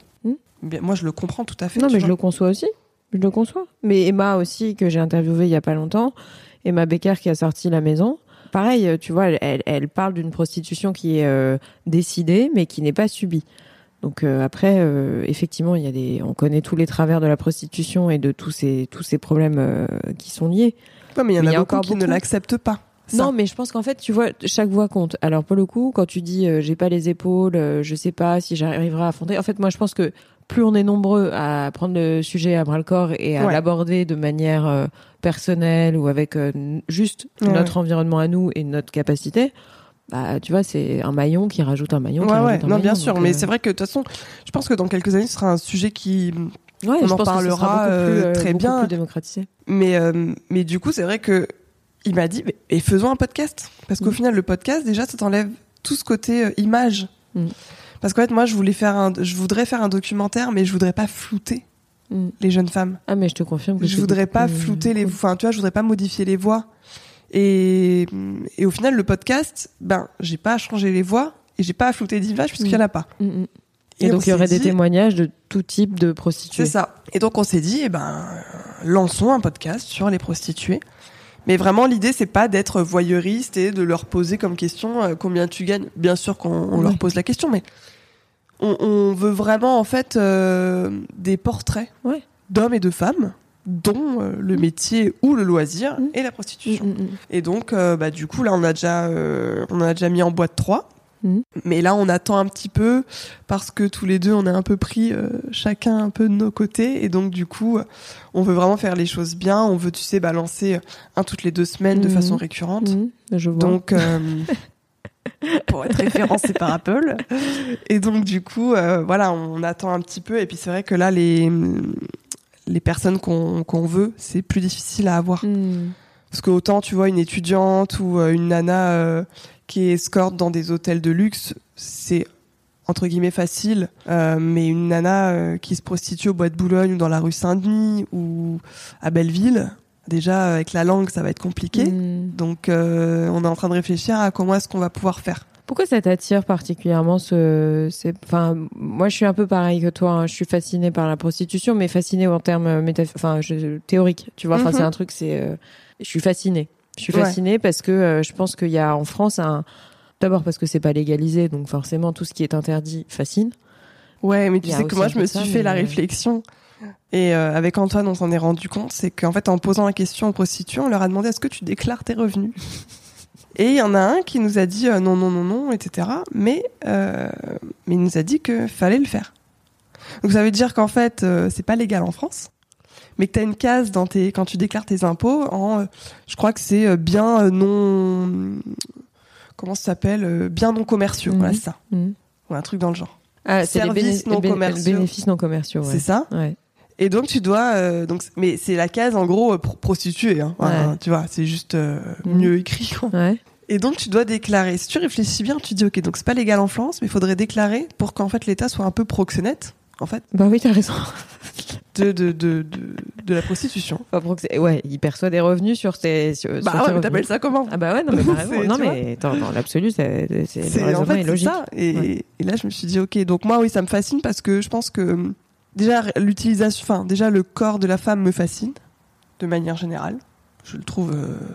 moi, je le comprends tout à fait. Non, mais je le conçois aussi. Je le conçois. Mais Emma aussi, que j'ai interviewée il y a pas longtemps, Emma Becker qui a sorti La Maison. Pareil, tu vois, elle parle d'une prostitution qui est décidée, mais qui n'est pas subie. Donc après, effectivement, on connaît tous les travers de la prostitution et de tous ces problèmes qui sont liés. Ouais, mais il y en a beaucoup qui ne l'acceptent pas. Ça. Non, mais je pense qu'en fait, tu vois, chaque voix compte. Alors pour le coup, quand tu dis j'ai pas les épaules, je sais pas si j'arriverai à affronter. En fait, moi, je pense que plus on est nombreux à prendre le sujet à bras le corps et à l'aborder de manière personnelle ou avec juste notre environnement à nous et notre capacité. Bah, tu vois, c'est un maillon qui rajoute un maillon. Non, bien sûr, donc, mais c'est vrai que de toute façon, je pense que dans quelques années, ce sera un sujet qui, on en parlera très bien, plus démocratisé. Mais du coup, c'est vrai que il m'a dit, et faisons un podcast, parce qu'au final, le podcast, déjà, ça t'enlève tout ce côté image. Parce qu'en fait, moi, je voudrais faire un documentaire, mais je voudrais pas flouter les jeunes femmes. Ah, mais je te confirme que je voudrais pas flouter les, enfin, tu vois, je voudrais pas modifier les voix. Et au final, le podcast, j'ai pas à changer les voix et j'ai pas à flouter d'image puisqu'il y en a pas. Et donc, il y aurait des témoignages de tout type de prostituées. C'est ça. Et donc, on s'est dit, lançons un podcast sur les prostituées. Mais vraiment, l'idée, c'est pas d'être voyeuriste et de leur poser comme question combien tu gagnes. Bien sûr qu'on leur pose la question, mais on veut vraiment, en fait, des portraits d'hommes et de femmes dont le métier ou le loisir est la prostitution. Et donc, du coup, là, on a déjà mis en boîte 3. Mais là, on attend un petit peu parce que tous les deux, on est un peu pris chacun un peu de nos côtés. Et donc, du coup, on veut vraiment faire les choses bien. On veut, tu sais, lancer un toutes les 2 semaines de façon récurrente. Je vois. Donc, pour être référencé par Apple. Et donc, du coup, on attend un petit peu. Et puis, c'est vrai que là, les personnes qu'on veut, c'est plus difficile à avoir. Parce que autant, tu vois, une étudiante ou une nana qui est escorte dans des hôtels de luxe, c'est entre guillemets facile. Mais une nana qui se prostitue au Bois de Boulogne ou dans la rue Saint-Denis ou à Belleville, déjà, avec la langue, ça va être compliqué. Donc, on est en train de réfléchir à comment est-ce qu'on va pouvoir faire. Pourquoi ça t'attire particulièrement moi, je suis un peu pareil que toi. Hein. Je suis fascinée par la prostitution, mais fascinée en termes théoriques. Tu vois, c'est un truc, je suis fascinée. Je suis fascinée parce que je pense qu'il y a en France d'abord parce que c'est pas légalisé, donc forcément tout ce qui est interdit fascine. Ouais, mais tu sais que moi, je me suis fait la réflexion. Et avec Antoine, on s'en est rendu compte, c'est qu'en fait, en posant la question aux prostituées, on leur a demandé est-ce que tu déclares tes revenus ? Et il y en a un qui nous a dit non, etc. Mais il nous a dit qu'il fallait le faire. Donc ça veut dire qu'en fait, c'est pas légal en France, mais que tu as une case quand tu déclares tes impôts je crois que c'est bien non... comment ça s'appelle, biens non commerciaux, voilà, c'est ça. Ou un truc dans le genre. Ah, c'est services non commerciaux. Bénéfices non commerciaux. Ouais. C'est ça. Ouais. Et donc tu dois, mais c'est la case en gros prostituée, hein. Enfin, tu vois, c'est juste mieux écrit, quoi. Ouais. Et donc tu dois déclarer. Si tu réfléchis bien, tu dis ok, donc c'est pas légal en France, mais il faudrait déclarer pour qu'en fait l'État soit un peu proxénète, en fait. Bah oui, t'as raison. De la prostitution. Enfin, ouais, il perçoit des revenus sur tes. Bah ouais, mais t'appelles ça comment? Ah bah ouais, non mais carrément. Non mais dans l'absolu, c'est le raisonnement en fait, est logique. Ça. Et là, je me suis dit ok, donc moi oui, ça me fascine parce que je pense que déjà l'utilisation, enfin déjà le corps de la femme me fascine de manière générale. Je le trouve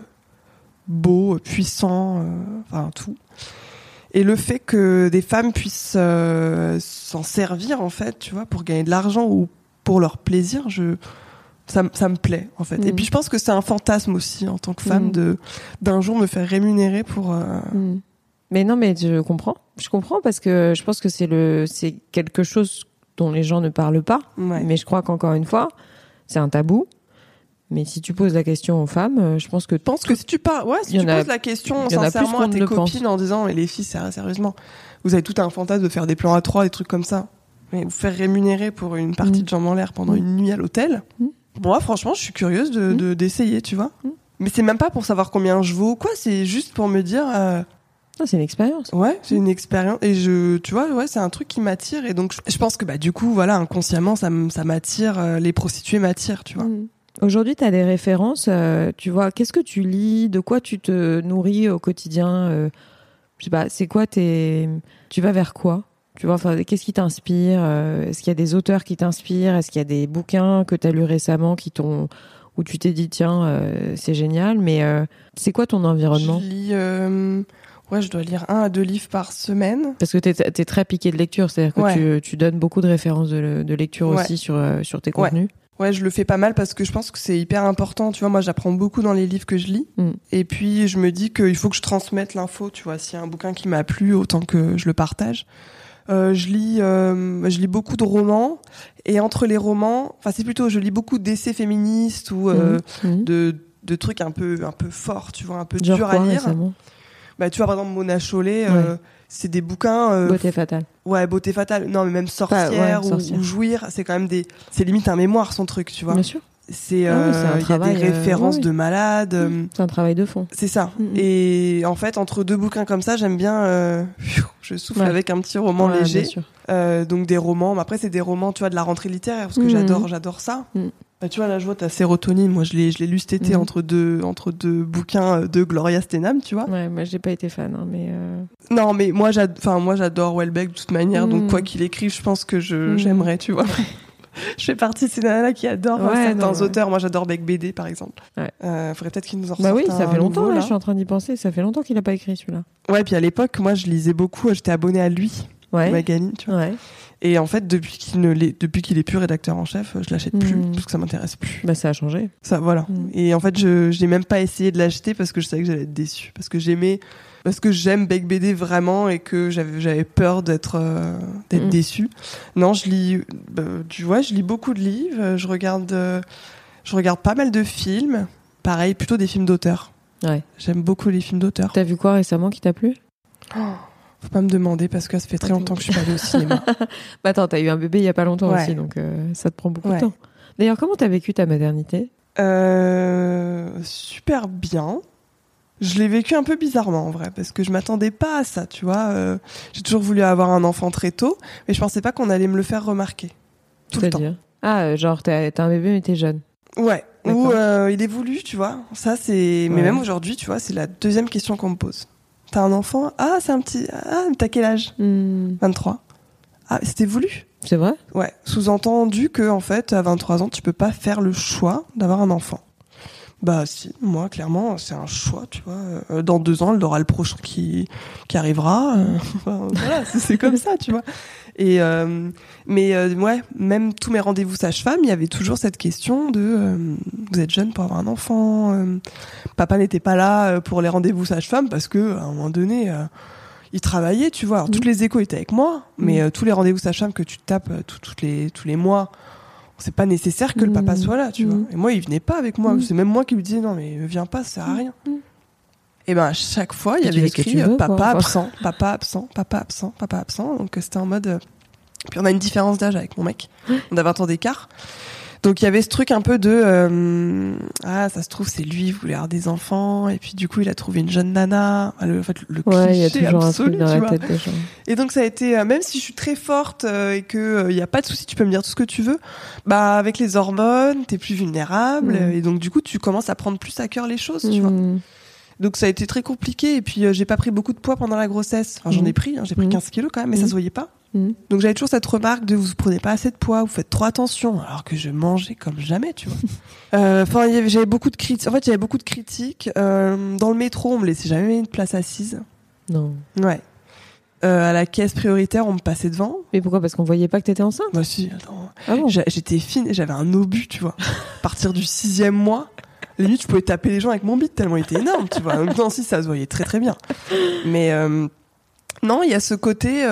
beau, puissant, enfin tout. Et le fait que des femmes puissent s'en servir en fait, tu vois, pour gagner de l'argent ou pour leur plaisir, ça me plaît en fait. Et puis je pense que c'est un fantasme aussi en tant que femme d'un jour me faire rémunérer pour. Mais non, mais je comprends parce que je pense que c'est quelque chose dont les gens ne parlent pas. Ouais. Mais je crois qu'encore une fois, c'est un tabou. Mais si tu poses la question aux femmes, je pense que si tu poses la question sincèrement à tes copines en disant mais les filles, sérieusement, vous avez tout un fantasme de faire des plans à 3, des trucs comme ça. Mais vous faire rémunérer pour une partie de jambes en l'air pendant une nuit à l'hôtel, moi franchement je suis curieuse d'essayer, tu vois. Mais c'est même pas pour savoir combien je vaux, quoi, c'est juste pour me dire c'est une expérience. Ouais, c'est une expérience et tu vois, ouais, c'est un truc qui m'attire et donc je pense que du coup voilà, inconsciemment ça m'attire, les prostituées m'attirent, tu vois. Aujourd'hui, tu as des références, tu vois, qu'est-ce que tu lis, de quoi tu te nourris au quotidien, je sais pas, c'est quoi tu vas vers quoi? Tu vois, enfin, qu'est-ce qui t'inspire? Est-ce qu'il y a des auteurs qui t'inspirent? Est-ce qu'il y a des bouquins que tu as lus récemment où tu t'es dit, tiens, c'est génial, mais c'est quoi ton environnement? Je lis, je dois lire 1 à 2 livres par semaine. Parce que t'es très piqué de lecture, c'est-à-dire que tu donnes beaucoup de références de lecture aussi sur tes contenus. Ouais, je le fais pas mal parce que je pense que c'est hyper important. Tu vois, moi, j'apprends beaucoup dans les livres que je lis. Et puis, je me dis qu'il faut que je transmette l'info. Tu vois, s'il y a un bouquin qui m'a plu, autant que je le partage. Je lis beaucoup de romans. Et entre les romans, enfin, c'est plutôt, je lis beaucoup d'essais féministes ou de trucs un peu forts, tu vois, un peu durs à lire. Récemment tu vois, par exemple, Mona Chollet, c'est des bouquins... Beauté fatale. Ouais, Beauté fatale. Non, mais même Sorcière, ou Jouir, c'est quand même c'est limite un mémoire, son truc, tu vois. Bien sûr. Il y a des références de malades. C'est un travail de fond. C'est ça. Et en fait, entre 2 bouquins comme ça, j'aime bien... je souffle avec un petit roman léger. Bien sûr. Donc des romans. Mais après, c'est des romans, tu vois, de la rentrée littéraire, parce que j'adore ça. Tu vois, là, je vois ta Sérotonine. Moi, je l'ai lu cet été entre deux bouquins de Gloria Steinem, tu vois. Ouais, moi, j'ai pas été fan, hein, mais. Non, mais moi, j'adore Houellebecq de toute manière. Donc, quoi qu'il écrive, je pense que j'aimerais, tu vois. Je fais partie de ces nanas qui adorent certains auteurs. Moi, j'adore Bec BD, par exemple. Ouais. Faudrait peut-être qu'il nous en ressorte. Bah oui, ça fait longtemps, là. Je suis en train d'y penser. Ça fait longtemps qu'il a pas écrit celui-là. Ouais, puis à l'époque, moi, je lisais beaucoup. J'étais abonnée à lui, Magali, tu vois. Ouais. Et en fait, depuis qu'il est plus rédacteur en chef, je l'achète plus parce que ça m'intéresse plus. Bah ça a changé. Ça, voilà. Et en fait, je n'ai même pas essayé de l'acheter parce que je savais que j'allais être déçue, parce que j'aime Bec BD vraiment et que j'avais peur d'être déçue. Non, je lis, tu vois, je lis beaucoup de livres. Je regarde pas mal de films. Pareil, plutôt des films d'auteur. Ouais. J'aime beaucoup les films d'auteur. T'as vu quoi récemment qui t'a plu? Faut pas me demander parce que ça fait très longtemps que je suis pas allée au cinéma. Bah attends, t'as eu un bébé il y a pas longtemps aussi, donc ça te prend beaucoup de temps. D'ailleurs, comment t'as vécu ta maternité? Super bien. Je l'ai vécu un peu bizarrement en vrai, parce que je m'attendais pas à ça, tu vois. J'ai toujours voulu avoir un enfant très tôt, mais je pensais pas qu'on allait me le faire remarquer tout le temps. Ah, genre t'as un bébé mais t'es jeune. Ouais. Ou il est voulu, tu vois. Ça c'est. Mais même aujourd'hui, tu vois, c'est la deuxième question qu'on me pose. T'as un enfant? Ah, c'est un petit. Ah, t'as quel âge? 23. Ah, c'était voulu? C'est vrai? Ouais. Sous-entendu que, en fait, à 23 ans, tu peux pas faire le choix d'avoir un enfant. Bah, si. Moi, clairement, c'est un choix, tu vois. Dans 2 ans, elle aura le prochain qui arrivera. Voilà, c'est comme ça, tu vois. Et, ouais, même tous mes rendez-vous sage-femme, il y avait toujours cette question de, vous êtes jeune pour avoir un enfant. Papa n'était pas là pour les rendez-vous sage-femme parce que, à un moment donné, il travaillait, tu vois. Alors, toutes les échos étaient avec moi, mais tous les rendez-vous sage-femme que tu tapes tous les mois, c'est pas nécessaire que le papa soit là, tu vois. Et moi, il venait pas avec moi. C'est même moi qui lui disais, non, mais viens pas, ça sert à rien. Et ben à chaque fois, il y avait écrit papa absent, papa absent, papa absent, papa absent. Donc c'était en mode. Puis on a une différence d'âge avec mon mec. On a 20 ans d'écart. Donc il y avait ce truc un peu de ça se trouve c'est lui, il voulait avoir des enfants et puis du coup il a trouvé une jeune nana. En fait le cliché il y a toujours absolu, un truc dans la tête des gens. Et donc ça a été même si je suis très forte et que il y a pas de souci, tu peux me dire tout ce que tu veux. Bah avec les hormones, t'es plus vulnérable et donc du coup tu commences à prendre plus à cœur les choses, tu vois. Donc ça a été très compliqué et puis j'ai pas pris beaucoup de poids pendant la grossesse. Enfin, j'en ai pris, j'ai pris 15 kilos quand même, mais ça se voyait pas. Donc j'avais toujours cette remarque de vous prenez pas assez de poids, vous faites trop attention, alors que je mangeais comme jamais, tu vois. Enfin, j'avais beaucoup de critiques. En fait, j'avais beaucoup de critiques. Dans le métro, on me laissait jamais une place assise. Non. Ouais. À la caisse prioritaire, on me passait devant. Mais pourquoi ? Parce qu'on voyait pas que t'étais enceinte ? Moi, si. Attends. Ah bon ? J'étais fine et j'avais un obus, tu vois. À partir du 6e mois, les nuits, je pouvais taper les gens avec mon bide tellement il était énorme, tu vois. En même temps, si, ça se voyait très très bien. Mais non, il y a ce côté.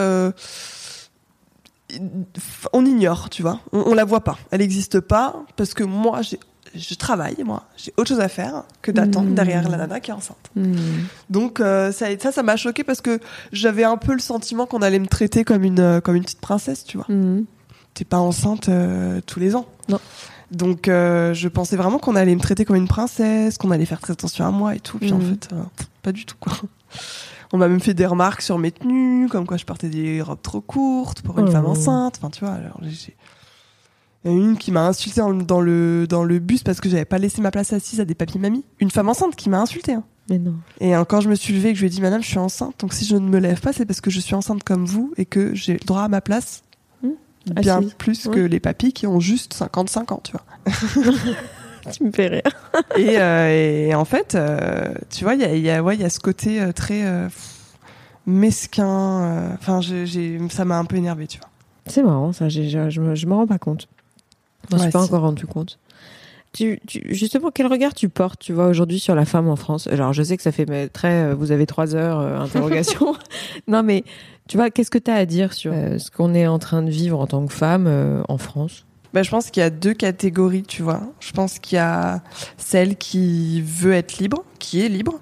On ignore, tu vois. On la voit pas. Elle n'existe pas parce que moi, je travaille, j'ai autre chose à faire que d'attendre derrière la nana qui est enceinte. Donc ça m'a choquée parce que j'avais un peu le sentiment qu'on allait me traiter comme une petite princesse, tu vois. T'es pas enceinte tous les ans. Non. Donc je pensais vraiment qu'on allait me traiter comme une princesse, qu'on allait faire très attention à moi et tout. Puis en fait, pas du tout, quoi. On m'a même fait des remarques sur mes tenues, comme quoi je portais des robes trop courtes pour une femme enceinte. Enfin, tu vois, alors il y a une qui m'a insultée dans le bus parce que j'avais pas laissé ma place assise à des papis-mamies. Une femme enceinte qui m'a insultée. Hein. Mais non. Et quand je me suis levée et que je lui ai dit, madame, je suis enceinte, donc si je ne me lève pas, c'est parce que je suis enceinte comme vous et que j'ai le droit à ma place bien plus que les papis qui ont juste 55 ans, tu vois. Tu me fais rire. Et en fait, tu vois, il y a ce côté très mesquin. Enfin, ça m'a un peu énervée, tu vois. C'est marrant, ça. Je m'en rends pas compte. Je m'en suis pas encore rendu compte. Justement, quel regard tu portes, tu vois, aujourd'hui sur la femme en France ? Alors, je sais que ça fait très. Vous avez 3 heures interrogation. Non, mais tu vois, qu'est-ce que tu as à dire sur ce qu'on est en train de vivre en tant que femme en France ? Je pense qu'il y a 2 catégories, tu vois. Je pense qu'il y a celle qui veut être libre, qui est libre,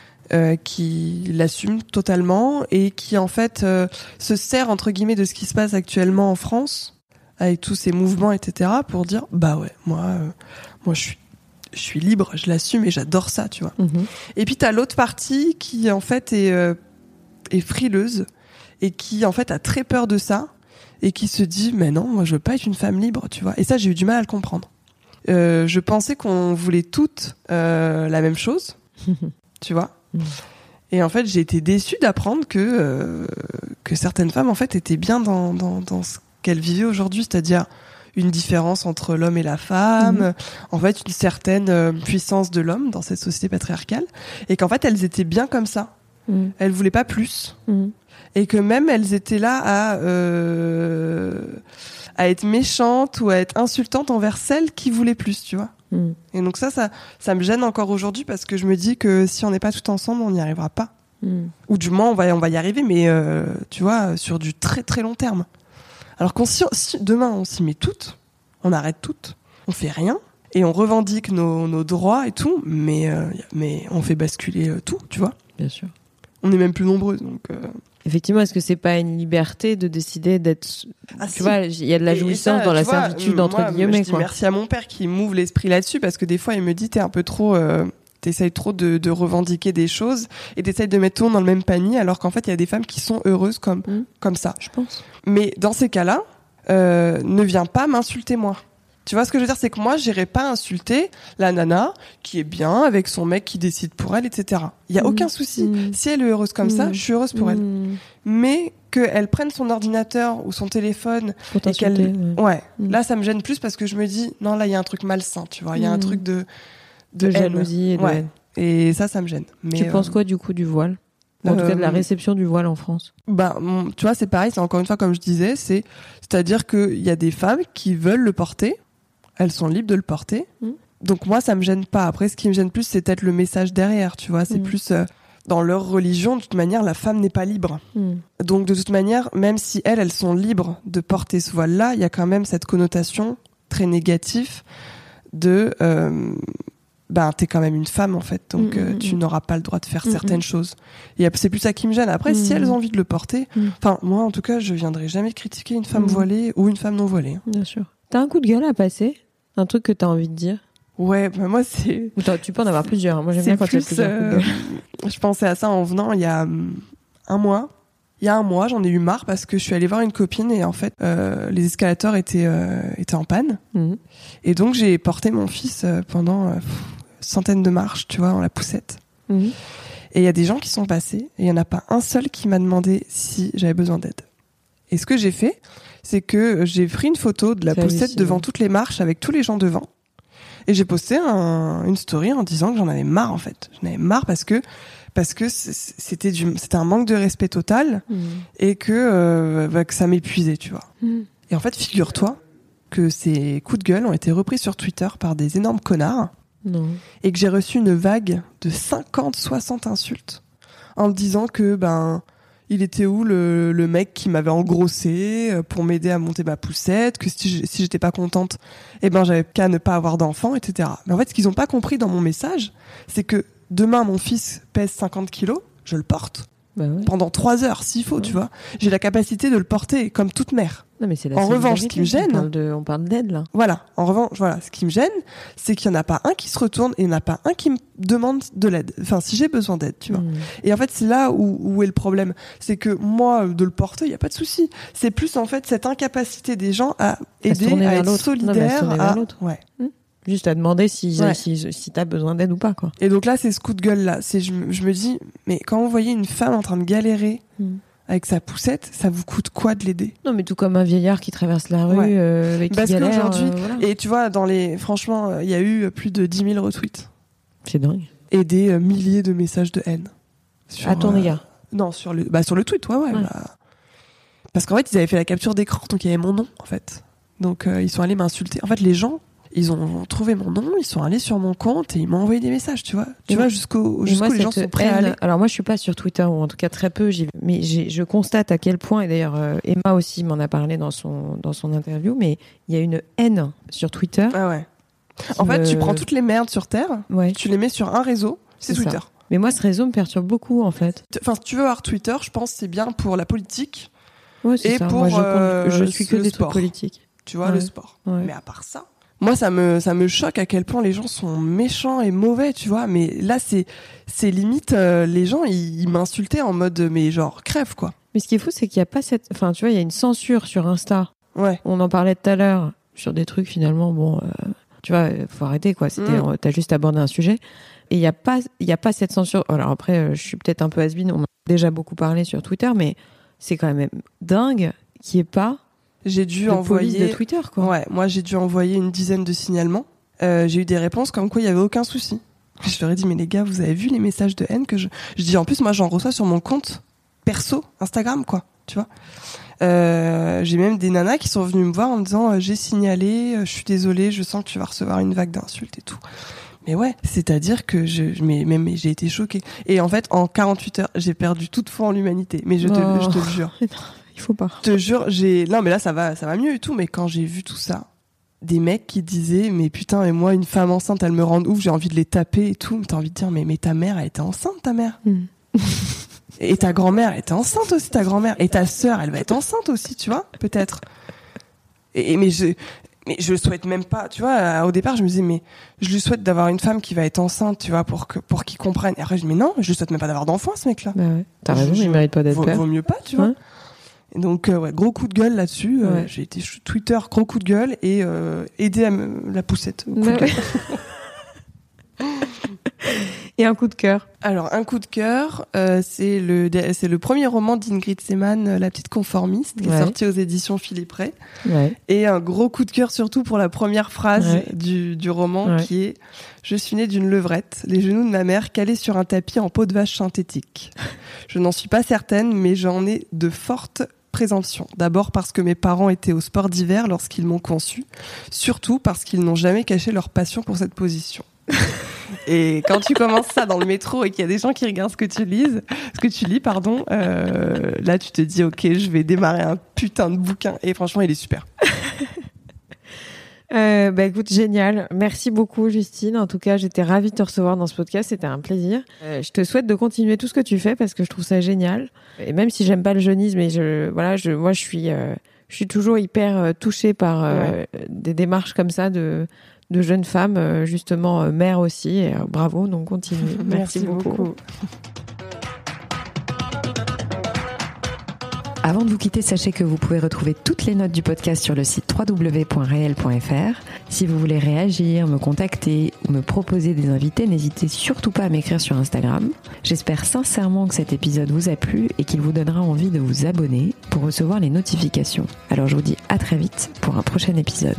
qui l'assume totalement et qui, en fait, se sert, entre guillemets, de ce qui se passe actuellement en France, avec tous ces mouvements, etc., pour dire, bah ouais, moi je suis libre, je l'assume et j'adore ça, tu vois. Et puis, t'as l'autre partie qui, en fait, est frileuse et qui, en fait, a très peur de ça. Et qui se dit mais non, moi je veux pas être une femme libre, tu vois. Et ça, j'ai eu du mal à le comprendre. Je pensais qu'on voulait toutes la même chose, tu vois. Et en fait, j'ai été déçue d'apprendre que certaines femmes en fait étaient bien dans ce qu'elles vivaient aujourd'hui, c'est-à-dire une différence entre l'homme et la femme, en fait une certaine puissance de l'homme dans cette société patriarcale, et qu'en fait elles étaient bien comme ça. Elles voulaient pas plus. Et que même elles étaient là à être méchantes ou à être insultantes envers celles qui voulaient plus, tu vois. Et donc ça me gêne encore aujourd'hui parce que je me dis que si on n'est pas tout ensemble, on n'y arrivera pas. Ou du moins on va y arriver, mais tu vois, sur du très très long terme. Alors si demain on s'y met toutes, on arrête toutes, on fait rien et on revendique nos droits et tout, mais on fait basculer tout, tu vois. Bien sûr. On est même plus nombreuses, donc. Effectivement, est-ce que c'est pas une liberté de décider d'être... tu vois, il y a de la jouissance dans la servitude, entre guillemets. Je dis merci à mon père qui m'ouvre l'esprit là-dessus, parce que des fois, il me dit, t'es un peu trop... t'essayes trop de revendiquer des choses, et t'essayes de mettre tout le monde dans le même panier, alors qu'en fait, il y a des femmes qui sont heureuses comme ça. Je pense. Mais dans ces cas-là, ne viens pas m'insulter, moi. Tu vois ce que je veux dire, c'est que moi, j'irai pas insulter la nana qui est bien avec son mec qui décide pour elle, etc. Il y a aucun souci. Si elle est heureuse comme ça, je suis heureuse pour elle. Mais qu'elle prenne son ordinateur ou son téléphone et qu'elle... là, ça me gêne plus parce que je me dis, non, là, il y a un truc malsain, tu vois. Il y a un truc de jalousie et de haine. Et ça me gêne. Mais, tu penses quoi, du coup, du voile ? En tout cas, de la réception du voile en France. Tu vois, c'est pareil, c'est encore une fois, comme je disais, c'est-à-dire qu'il y a des femmes qui veulent le porter. Elles sont libres de le porter. Donc moi, ça me gêne pas. Après, ce qui me gêne plus, c'est peut-être le message derrière, tu vois. C'est plus dans leur religion, de toute manière, la femme n'est pas libre. Donc de toute manière, même si elles sont libres de porter ce voile-là, il y a quand même cette connotation très négative de ben t'es quand même une femme en fait, donc tu n'auras pas le droit de faire certaines choses. Et c'est plus ça qui me gêne. Après, si elles ont envie de le porter, enfin moi en tout cas, je viendrai jamais critiquer une femme voilée ou une femme non voilée. Bien sûr. T'as un coup de gueule à passer? Un truc que t'as envie de dire? Ouais, bah moi c'est. Tu peux en avoir plusieurs. Moi j'aime bien quand tu as plusieurs coups de gueule. Je pensais à ça en venant il y a un mois. Il y a un mois, j'en ai eu marre parce que je suis allée voir une copine et en fait, les escalators étaient en panne. Et donc, j'ai porté mon fils pendant centaines de marches, tu vois, en la poussette. Et il y a des gens qui sont passés et il y en a pas un seul qui m'a demandé si j'avais besoin d'aide. Et ce que j'ai fait, c'est que j'ai pris une photo de la poussette devant toutes les marches avec tous les gens devant. Et j'ai posté une story en disant que j'en avais marre, en fait. J'en avais marre parce que c'était un manque de respect total et que ça m'épuisait, tu vois. Et en fait, figure-toi que ces coups de gueule ont été repris sur Twitter par des énormes connards. Non. Et que j'ai reçu une vague de 50-60 insultes en me disant que il était où le mec qui m'avait engrossé pour m'aider à monter ma poussette, que si j'étais pas contente, j'avais qu'à ne pas avoir d'enfant, etc. Mais en fait, ce qu'ils ont pas compris dans mon message, c'est que demain, mon fils pèse 50 kilos, je le porte. Pendant 3 heures, s'il faut, tu vois. J'ai la capacité de le porter comme toute mère. Non, mais c'est en revanche, ce qui me gêne... On parle d'aide, là. Voilà. En revanche, ce qui me gêne, c'est qu'il n'y en a pas un qui se retourne et il n'y en a pas un qui me demande de l'aide. Enfin, si j'ai besoin d'aide, tu vois. Et en fait, c'est là où est le problème. C'est que moi, de le porter, il n'y a pas de souci. C'est plus, en fait, cette incapacité des gens à aider, à être solidaire. Vers l'autre. Ouais. Juste à demander si t'as besoin d'aide ou pas, quoi. Et donc là, c'est ce coup de gueule là. Je me dis, mais quand vous voyez une femme en train de galérer avec sa poussette, ça vous coûte quoi de l'aider? Non, mais tout comme un vieillard qui traverse la rue, avec qui galère. Parce qu'aujourd'hui, et tu vois, franchement, il y a eu plus de 10 000 retweets. C'est dingue. Et des milliers de messages de haine. À ton égard? Non, sur le tweet, ouais. Parce qu'en fait, ils avaient fait la capture d'écran, donc il y avait mon nom, en fait. Donc ils sont allés m'insulter. En fait, les gens, ils ont trouvé mon nom, ils sont allés sur mon compte et ils m'ont envoyé des messages, tu vois. Tu vois, jusqu'où les gens sont prêts à aller. Alors moi, je suis pas sur Twitter, ou en tout cas très peu, mais je constate à quel point, et d'ailleurs Emma aussi m'en a parlé dans son interview, mais il y a une haine sur Twitter. Ah ouais. En fait, tu prends toutes les merdes sur Terre, tu les mets sur un réseau, c'est Twitter. Ça. Mais moi, ce réseau me perturbe beaucoup, en fait. Enfin, si tu veux avoir Twitter, je pense que c'est bien pour la politique et pour moi, je suis que des trucs politiques. Tu vois, le sport. Mais à part ça... Moi, ça me choque à quel point les gens sont méchants et mauvais, tu vois. Mais là, c'est limite, les gens, ils m'insultaient en mode, mais genre, crève, quoi. Mais ce qui est fou, c'est qu'il y a pas enfin, tu vois, il y a une censure sur Insta. Ouais. On en parlait tout à l'heure, sur des trucs, finalement, tu vois, faut arrêter, quoi. T'as juste abordé un sujet. Et il y a pas cette censure. Alors après, je suis peut-être un peu has-been, on en a déjà beaucoup parlé sur Twitter, mais c'est quand même dingue qu'il n'y ait pas j'ai dû envoyer de Twitter, quoi. Ouais, moi j'ai dû envoyer une dizaine de signalements. J'ai eu des réponses comme quoi il y avait aucun souci. Je leur ai dit mais les gars, vous avez vu les messages de haine que je dis en plus moi j'en reçois sur mon compte perso Instagram, quoi, tu vois. J'ai même des nanas qui sont venues me voir en me disant j'ai signalé, je suis désolée, je sens que tu vas recevoir une vague d'insultes et tout. Mais ouais, c'est-à-dire que mais j'ai été choquée. Et en fait, en 48 heures, j'ai perdu toute foi en l'humanité. Mais je te le jure. Il faut pas. Je te jure, non mais là ça va mieux et tout, mais quand j'ai vu tout ça, des mecs qui disaient mais putain, mais moi une femme enceinte, elle me rend ouf, j'ai envie de les taper et tout. T'as envie de dire mais ta mère, elle était enceinte, ta mère. Et ta grand-mère, elle était enceinte aussi, ta grand-mère. Et ta sœur, elle va être enceinte aussi, tu vois, peut-être. Mais je le souhaite même pas, tu vois. Au départ, je me disais mais je lui souhaite d'avoir une femme qui va être enceinte, tu vois, pour qu'il comprenne. Et après je dis mais non, je lui souhaite même pas d'avoir d'enfant, ce mec-là. Bah ouais. T'as raison, il mérite pas d'être père. Vaut mieux pas, tu vois. Et donc gros coup de gueule là-dessus. J'ai été Twitter, gros coup de gueule et aider à la poussette. Et un coup de cœur. Alors un coup de cœur, c'est le premier roman d'Ingrid Seeman, La petite conformiste, qui est sorti aux éditions Philippe Ray. Et un gros coup de cœur surtout pour la première phrase du roman qui est « Je suis née d'une levrette, les genoux de ma mère calés sur un tapis en peau de vache synthétique. Je n'en suis pas certaine, mais j'en ai de fortes présomptions. D'abord parce que mes parents étaient au sport d'hiver lorsqu'ils m'ont conçue, surtout parce qu'ils n'ont jamais caché leur passion pour cette position. » Et quand tu commences ça dans le métro et qu'il y a des gens qui regardent ce que tu lis, là tu te dis ok, je vais démarrer un putain de bouquin. Et franchement, il est super. Écoute, génial. Merci beaucoup, Justine. En tout cas, j'étais ravie de te recevoir dans ce podcast. C'était un plaisir. Je te souhaite de continuer tout ce que tu fais parce que je trouve ça génial. Et même si j'aime pas le jeunisme, mais je suis toujours hyper touchée par des démarches comme ça de jeunes femmes, justement mères aussi. Et, bravo, donc continue. Merci beaucoup. Avant de vous quitter, sachez que vous pouvez retrouver toutes les notes du podcast sur le site www.reel.fr. Si vous voulez réagir, me contacter ou me proposer des invités, n'hésitez surtout pas à m'écrire sur Instagram. J'espère sincèrement que cet épisode vous a plu et qu'il vous donnera envie de vous abonner pour recevoir les notifications. Alors je vous dis à très vite pour un prochain épisode.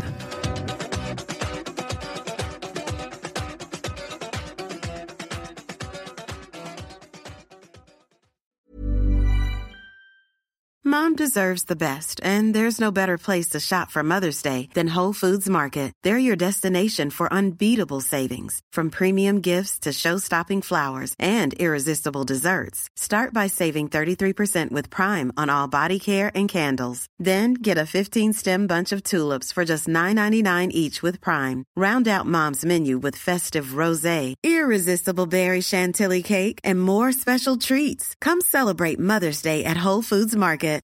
Mom deserves the best, and there's no better place to shop for Mother's Day than Whole Foods Market. They're your destination for unbeatable savings, from premium gifts to show-stopping flowers and irresistible desserts. Start by saving 33% with Prime on all body care and candles. Then get a 15-stem bunch of tulips for just $9.99 each with Prime. Round out Mom's menu with festive rosé, irresistible berry chantilly cake, and more special treats. Come celebrate Mother's Day at Whole Foods Market.